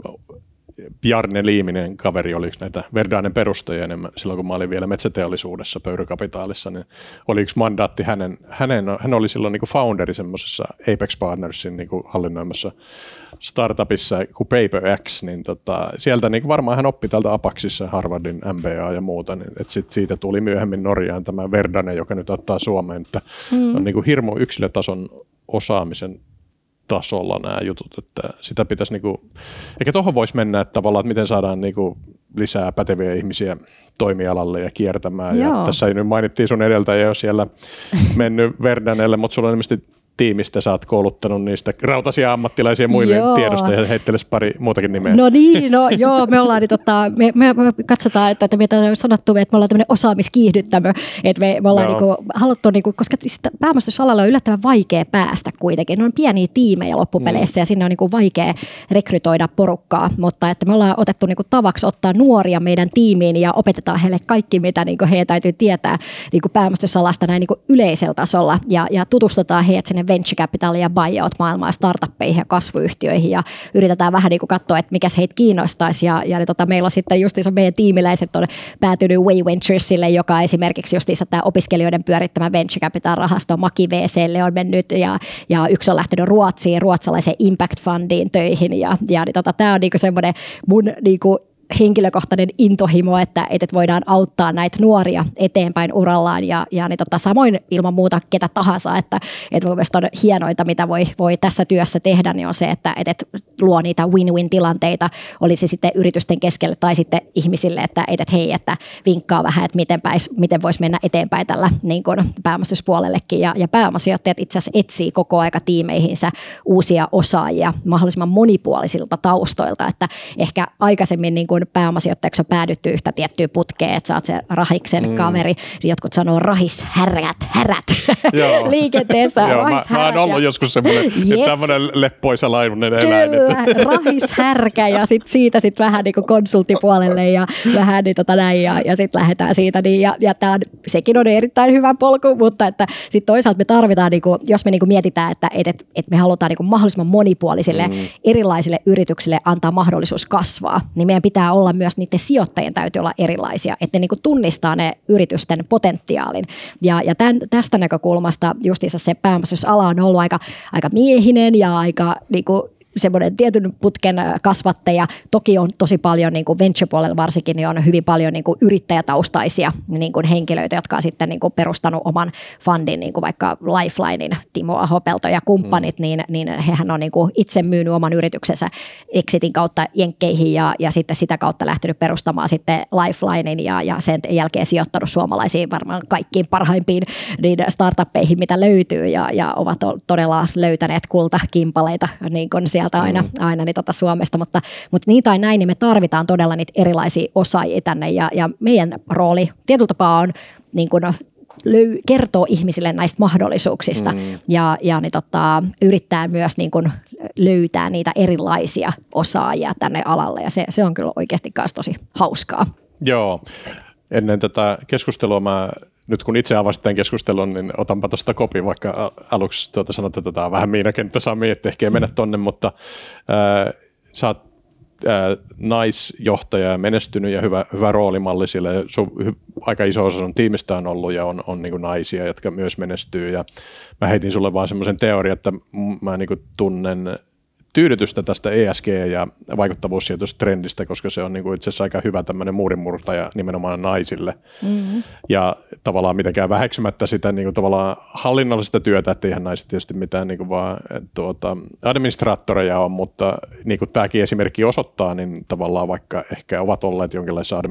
Bjarne Liiminen kaveri, oliko näitä Verdanen perustajia enemmän silloin, kun mä olin vielä metsäteollisuudessa Pöyrykapitaalissa, niin oli yksi mandaatti hänen, hänen hän oli silloin niin kuin founderi semmoisessa Apex Partnersin niin kuin hallinnoimassa startupissa kuin PaperX, niin tota, sieltä niin kuin varmaan hän oppi täältä Apaxissa Harvardin M B A ja muuta, niin että sit siitä tuli myöhemmin Norjaan tämä Verdane, joka nyt ottaa Suomeen, että mm. on niin kuin hirmu yksilötason osaamisen tasolla nämä jutut, että sitä pitäisi niinku, eikä tuohon voisi mennä, että tavallaan, että miten saadaan niinku lisää päteviä ihmisiä toimialalle ja kiertämään. Joo. Ja tässä ei nyt mainittiin sun edeltäjä jo siellä mennyt Verdanelle, mutta sulla on ilmeisesti tiimistä sä oot kouluttanut niistä rautaisia ammattilaisia muille joo. tiedosta ja heitteles pari muutakin nimeä. No niin, no joo, me ollaan niin, tota, me, me, me katsotaan, että, että me on sanottu, että me ollaan tämmöinen osaamiskiihdyttämö, että me, me ollaan no. niinku, haluttu, niinku, koska siis pääomistusalalla on yllättävän vaikea päästä kuitenkin, ne on pieniä tiimejä loppupeleissä mm. ja sinne on niinku vaikea rekrytoida porukkaa, mutta että me ollaan otettu niinku tavaksi ottaa nuoria meidän tiimiin ja opetetaan heille kaikki, mitä niinku heidän täytyy tietää niinku pääomistusalasta näin niinku yleisellä tasolla ja, ja tutustutaan heidät sinne venture capital ja buyout maailmaan, startuppeihin ja kasvuyhtiöihin ja yritetään vähän niin kuin katsoa, että mikä heitä kiinnostaisi ja, ja tota, meillä on sitten justiinsa meidän tiimiläiset on päätynyt Way Venturesille, joka esimerkiksi justiinsa tämä opiskelijoiden pyörittämä venture capital rahasto Maki V C:lle on mennyt ja, ja yksi on lähtenyt Ruotsiin, ruotsalaiseen Impact Fundiin töihin ja, ja niin tota, tämä on niin kuin semmoinen mun niin kuin henkilökohtainen intohimo, että, että voidaan auttaa näitä nuoria eteenpäin urallaan ja, ja niin tota, samoin ilman muuta ketä tahansa, että, että mun mielestä on hienointa, mitä voi, voi tässä työssä tehdä, niin on se, että, että luo niitä win-win-tilanteita, olisi sitten yritysten keskelle tai sitten ihmisille, että, että hei, että vinkkaa vähän, että miten, päis, miten voisi mennä eteenpäin tällä niin kuin pääomistuspuolellekin ja, ja pääomasijoittajat itse asiassa etsii koko aika tiimeihinsä uusia osaajia mahdollisimman monipuolisilta taustoilta, että ehkä aikaisemmin niin kuin pääomasijoittajaksi on päädytty yhtä tiettyä putkeen, että sä oot se rahiksen mm. kaveri, jotkut sanoo rahishärät, härät liikenteessä. Joo, mä, mä oon ollut ja joskus semmoinen yes. tämmöinen leppoisa laivunen eläin. Kyllä, rahishärkä ja sit siitä sit vähän niin kuin konsulttipuolelle ja vähän niin tota näin ja, ja sitten lähdetään siitä. Niin, ja ja tää on, sekin on erittäin hyvä polku, mutta että sit toisaalta me tarvitaan, niin kuin, jos me niin kuin mietitään, että et, et, et me halutaan niin kuin mahdollisimman monipuolisille mm. erilaisille yrityksille antaa mahdollisuus kasvaa, niin meidän pitää olla myös niiden sijoittajien täytyy olla erilaisia, että ne niin kuin tunnistaa ne yritysten potentiaalin. Ja, ja tämän, tästä näkökulmasta justiinsa se pääomistusala on ollut aika, aika miehinen ja aika niin kuin semmoinen tietyn putken kasvattaja. Toki on tosi paljon niin kuin venture-puolella varsinkin, niin on hyvin paljon niin kuin yrittäjätaustaisia niin kuin henkilöitä, jotka on sitten niin kuin perustanut oman fundin, niin kuin vaikka Lifelinein Timo Ahopelto ja kumppanit, mm. niin, niin hehän on niin kuin itse myynyt oman yrityksensä Exitin kautta jenkkeihin ja, ja sitten sitä kautta lähtenyt perustamaan sitten Lifelinein ja, ja sen jälkeen sijoittanut suomalaisiin varmaan kaikkiin parhaimpiin niin startuppeihin, mitä löytyy ja, ja ovat todella löytäneet kultakimpaleita niin kuin sieltä aina, mm. aina niin tota Suomesta, mutta, mutta niin tai näin, niin me tarvitaan todella niitä erilaisia osaajia tänne ja, ja meidän rooli tietyllä tapaa on niin kuin löy- kertoo ihmisille näistä mahdollisuuksista mm. ja, ja niin tota, yrittää myös niin kuin löytää niitä erilaisia osaajia tänne alalle ja se, se on kyllä oikeasti myös tosi hauskaa. Joo, ennen tätä keskustelua mä nyt kun itse avasit tämän keskustelun, niin otanpa tuosta kopin, vaikka aluksi tuota sanot, että tämä on vähän miinakenttä Sami, että ehkä ei mennä tonne, mutta ää, sä oot ää, naisjohtaja ja menestynyt ja hyvä, hyvä roolimalli sille. Sun, hy, aika iso osa sun tiimistä on ollut ja on, on niin kuin naisia, jotka myös menestyy. Ja mä heitin sulle vaan semmoisen teorian, että mä niin kuin tunnen tyydytystä tästä E S G- ja vaikuttavuussijoitustrendistä, koska se on niin kuin itse asiassa aika hyvä tämmöinen muurinmurtaja nimenomaan naisille. Mm-hmm. Ja tavallaan mitenkään väheksymättä sitä niin kuin tavallaan hallinnollista työtä, että eihän naiset tietysti mitään niin kuin vaan tuota, administraattoreja on, mutta niin kuin tämäkin esimerkki osoittaa, niin tavallaan vaikka ehkä ovat olleet jonkinlaisessa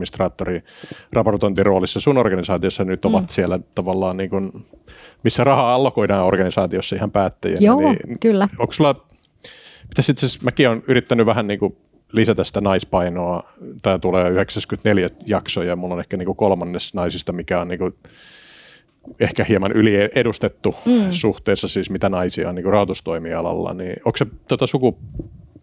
administraattori-raportointiroolissa sun organisaatiossa, nyt ovat mm. siellä tavallaan niin kuin, missä rahaa allokoidaan organisaatiossa ihan päättäjänä. Joo, niin, kyllä. Onko sulla Pitäis itse asiassa, mäkin olen yrittänyt vähän niin kuin lisätä sitä naispainoa. Tämä tulee yhdeksänkymmentäneljä jaksoja ja mulla on ehkä niin kuin kolmannes naisista, mikä on niin kuin ehkä hieman yliedustettu mm. suhteessa siis mitä naisia on niin kuin rahoitustoimialalla. Niin onko se tuota suku,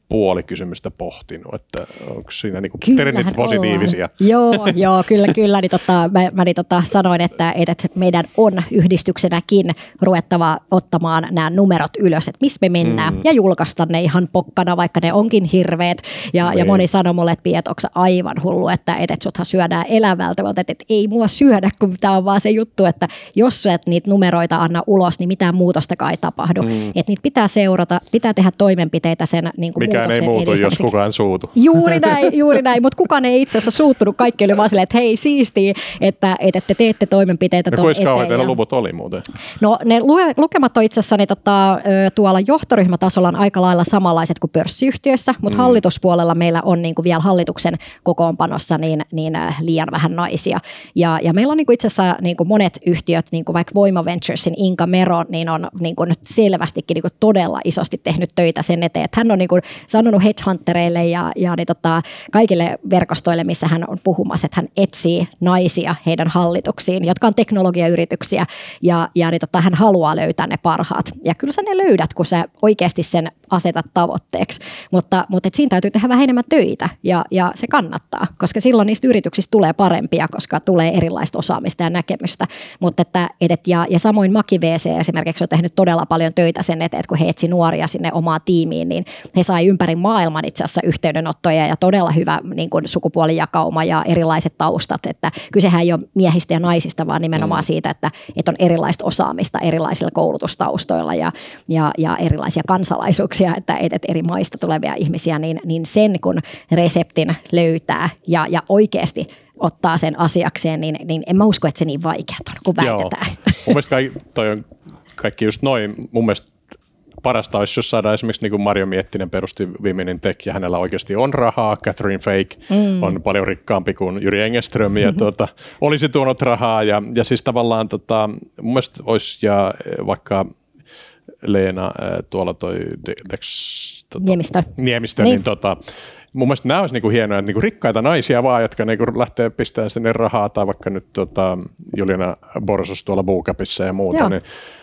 puoli kysymystä pohtinut, että onko siinä niin kuin trendit positiivisia? Joo, joo, kyllä, kyllä. Niin tota, mä mä niin tota, sanoin, että, että meidän on yhdistyksenäkin ruvettava ottamaan nämä numerot ylös, että missä me mennään, mm. ja julkaista ne ihan pokkana, vaikka ne onkin hirveät. Ja, ja moni sanoi mulle, että Pia, että onko aivan hullu, että, että suthan syödään elävältä, mutta että, että ei mua syödä, kun tämä on vaan se juttu, että jos sä et niitä numeroita anna ulos, niin mitään muutostakaan ei tapahdu. Mm. Että niitä pitää seurata, pitää tehdä toimenpiteitä sen niin kuin mikään ei muutu, jos kukaan suutu. Juuri näin, juuri näin, mutta kukaan ei itse asiassa suuttunut. Kaikki oli vaan silleen, että hei, siistiä, että, että te teette toimenpiteitä no, tuon eteen. Kuinka kauan teillä luvut oli muuten? No ne lukemat on itse asiassa niin, tota, tuolla johtoryhmätasolla on aika lailla samanlaiset kuin pörssiyhtiöissä, mutta mm. hallituspuolella meillä on niin kuin vielä hallituksen kokoonpanossa niin, niin liian vähän naisia. Ja, ja meillä on niin kuin itse asiassa niin kuin monet yhtiöt, niin kuin vaikka Voima Venturesin Inka Mero, niin on niin kuin selvästikin niin kuin todella isosti tehnyt töitä sen eteen, että hän on niin kuin sanonut headhuntereille ja, ja niin tota, kaikille verkostoille, missä hän on puhumassa, että hän etsii naisia heidän hallituksiin, jotka on teknologiayrityksiä, ja, ja niin tota, hän haluaa löytää ne parhaat. Ja kyllä sä ne löydät, kun sä oikeasti sen asetat tavoitteeksi, mutta, mutta et siinä täytyy tehdä vähän enemmän töitä, ja, ja se kannattaa, koska silloin niistä yrityksistä tulee parempia, koska tulee erilaista osaamista ja näkemystä. Mutta että, et, ja, ja samoin Maki V C esimerkiksi on tehnyt todella paljon töitä sen eteen, että kun he etsi nuoria sinne omaan tiimiin, niin he sai ympäri maailman itse asiassa yhteydenottoja ja todella hyvä niin kuin sukupuolijakauma ja erilaiset taustat, että kysehän ei ole miehistä ja naisista, vaan nimenomaan mm. siitä, että, että on erilaista osaamista erilaisilla koulutustaustoilla ja, ja, ja erilaisia kansalaisuuksia, että, että eri maista tulevia ihmisiä, niin, niin sen kun reseptin löytää ja, ja oikeasti ottaa sen asiakseen, niin, niin en mä usko, että se niin vaikeaa on, kun väitetään. Joo. Mun mielestä kaikki, toi on kaikki just noin, mun mielestä parasta olisi, jos saadaan esimerkiksi niin kuin Marjo Miettinen perusti Women in Tech ja hänellä oikeasti on rahaa. Catherine Fake mm. on paljon rikkaampi kuin Jyri Engelström ja mm-hmm. tuota, olisi tuonut rahaa. Ja, ja siis tavallaan tota, mun mielestä olisi ja vaikka Leena tuolla toi Dex, tota, Niemistö, Niemistö niin, niin tota, mun mielestä nämä olisi niinku hienoja, että niinku rikkaita naisia vaan, jotka niinku lähtee pistämään sinne rahaa, tai vaikka nyt tota, Juliana Borsos tuolla Bookapissa ja muuta, Joo. niin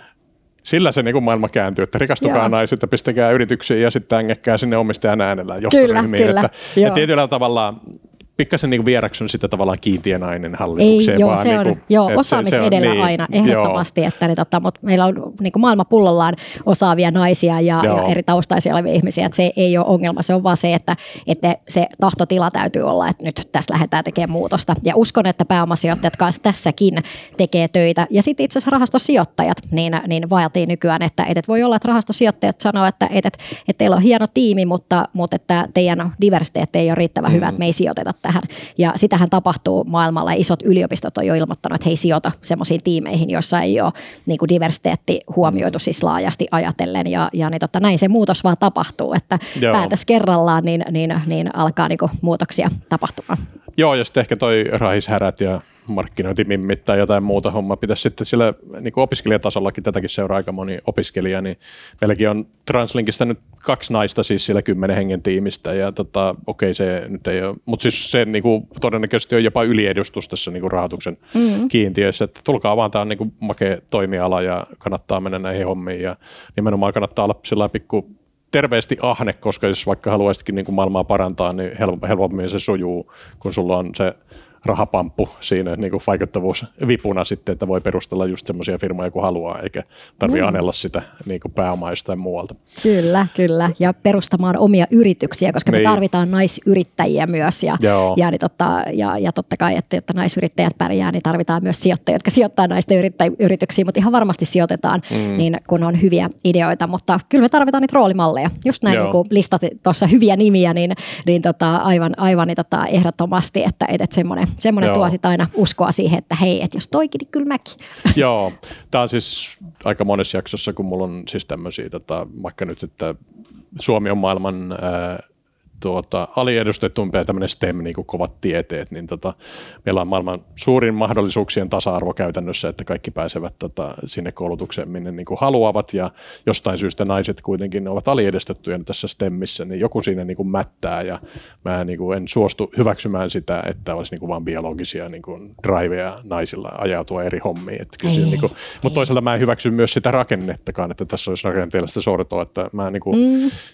sillä se niinku maailma kääntyy, että rikastukaa Joo. naiset ja pistäkää yrityksiin ja sitten ängekkää sinne omistajan äänellä johtoryhmiin. Kyllä, että, ja tietyllä tavalla pikkasen niinku vieraksun sitä tavallaan kiintiönainen hallitukseen. Ei, joo, vaan se on, niinku, joo, osaamis edellä niin, aina, ehdottomasti, että niin, tota, mutta meillä on niinku maailma pullollaan osaavia naisia ja, ja eri taustaisia olevia ihmisiä, että se ei ole ongelma, se on vaan se, että, että se tahtotila täytyy olla, että nyt tässä lähdetään tekemään muutosta. Ja uskon, että pääomasijoittajat kanssa tässäkin tekee töitä. Ja sitten itse asiassa rahastosijoittajat, niin, niin vaatii nykyään, että, että voi olla, että rahastosijoittajat sanoo, että, että, että teillä on hieno tiimi, mutta, mutta että teidän diversiteetti ei ole riittävän mm. hyvä, että me ei sijoiteta tähän. Ja sitähän tapahtuu maailmalla. Isot yliopistot on jo ilmoittanut, että he ei sijoita semmoisiin tiimeihin, joissa ei ole niin kuin diversiteetti huomioitu siis laajasti ajatellen. Ja, ja niin totta, näin se muutos vaan tapahtuu, että Joo. päätös kerrallaan niin, niin, niin alkaa niin kuin muutoksia tapahtumaan. Joo, ja sitten ehkä toi rahishärät ja markkinointimimmit tai jotain muuta hommaa pitäisi sitten sillä niin kuin opiskelijatasollakin, tätäkin seuraa aika moni opiskelija, niin meilläkin on Translinkista nyt kaksi naista siis sillä kymmenen hengen tiimistä, ja tota, okei se nyt ei ole, mutta siis se niin kuin, todennäköisesti on jopa yliedustus tässä niin kuin rahoituksen mm. kiintiöissä, että tulkaa vaan, tämä on niin kuin makea toimiala ja kannattaa mennä näihin hommiin, ja nimenomaan kannattaa olla sillä pikku terveesti ahne, koska jos vaikka haluaisitkin niin kuin maailmaa parantaa, niin helpommin se sujuu, kun sulla on se rahapamppu siinä niin kuin vaikuttavuusvipuna sitten, että voi perustella just semmoisia firmoja kuin haluaa, eikä tarvitse mm. anella sitä niin kuin pääomaa jostain muualta. Kyllä, kyllä. Ja perustamaan omia yrityksiä, koska niin. me tarvitaan naisyrittäjiä myös. Ja, ja, niin totta, ja, ja totta kai, että jotta naisyrittäjät pärjää, niin tarvitaan myös sijoittajia, jotka sijoittaa naisten yrittä- yrityksiin, mutta ihan varmasti sijoitetaan, mm. niin kun on hyviä ideoita. Mutta kyllä me tarvitaan niitä roolimalleja. Just näin, niin kuin listat tuossa hyviä nimiä, niin, niin tota, aivan, aivan niin tota, ehdottomasti, että, että semmoinen Semmoinen tuo sitten aina uskoa siihen, että hei, että jos toikin, niin kyllä mäkin. Joo, tämä on siis aika monessa jaksossa, kun mulla on siis tämmöisiä, tota, vaikka nyt, että Suomi on maailman ää, tuota, aliedustetumpia tämmöinen STEM, niin kuin kovat tieteet, niin tota, meillä on maailman suurin mahdollisuuksien tasa-arvo käytännössä, että kaikki pääsevät tota, sinne koulutukseen, minne niin kuin haluavat, ja jostain syystä naiset kuitenkin ovat aliedustettuja tässä STEMissä, niin joku siinä niin kuin mättää, ja mä niin kuin en suostu hyväksymään sitä, että olisi niin kuin vain biologisia niin kuin driveja naisilla ajautua eri hommiin. Että kyllä niin kuin, mutta toisaalta mä en hyväksy myös sitä rakennettakaan, että tässä olisi rakenteellista sortoa, että mä niin kuin, mm.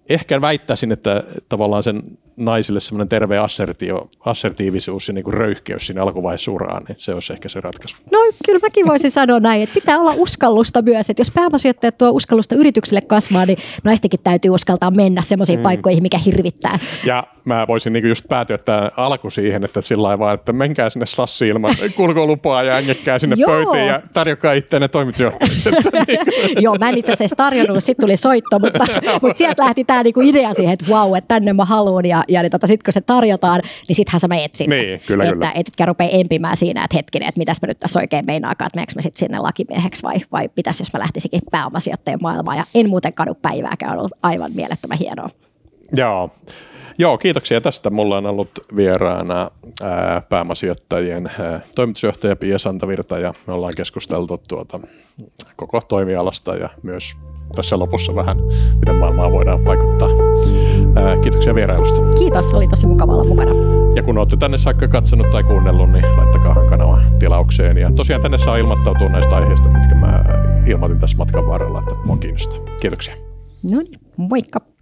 ehkä väittäisin, että tavallaan sen naisille semmoinen terve assertio, assertiivisuus ja niin kuin röyhkeys siinä alkuvaiheessa uraan, niin se olisi ehkä se ratkaisu. No kyllä mäkin voisin sanoa näin, että pitää olla uskallusta myös, että jos pääomasijoittajat tuo uskallusta yritykselle kasvaa, niin naistenkin täytyy uskaltaa mennä semmoisiin mm. paikkoihin, mikä hirvittää. Ja mä voisin niin just päätyä tämä alku siihen, että sillä lailla vaan, että menkää sinne slassiin ilman kulkolupaa ja ängekkää sinne pöytiin ja tarjokaa itseänne toimitusjohtajaksi. Joo, mä en itse asiassa tarjonnut, sitten tuli soitto, mutta, mutta sieltä lähti tämä niinku idea siihen, että vau, että tänne mä haluan ja, ja niin tota, sitten kun se tarjotaan, niin sittenhän sä menet sinne. Niin, kyllä, että kyllä. etkä rupea empimään siinä, että hetkinen, että mitäs mä nyt tässä oikein meinaakaan, että meneekö mä sitten sinne lakimieheksi vai, vai pitäisi, jos mä lähtisikin pääomasijoittajien maailmaan. Ja en muuten kadu päivääkään, on ollut aivan mielettömän hienoa. Joo. Joo, kiitoksia tästä. Mulla on ollut vieraana ää, pääomasijoittajien ää, toimitusjohtaja Pia Santavirta ja me ollaan keskusteltu tuota koko toimialasta ja myös tässä lopussa vähän, miten maailmaan voidaan vaikuttaa. Ää, kiitoksia vierailusta. Kiitos, oli tosi mukava olla mukana. Ja kun olette tänne saakka katsonut tai kuunnellut, niin laittakaa kanava tilaukseen. Ja tosiaan tänne saa ilmoittautua näistä aiheista, mitkä mä ilmoitin tässä matkan varrella, että mua kiinnostaa. Kiitoksia. No niin, moikka.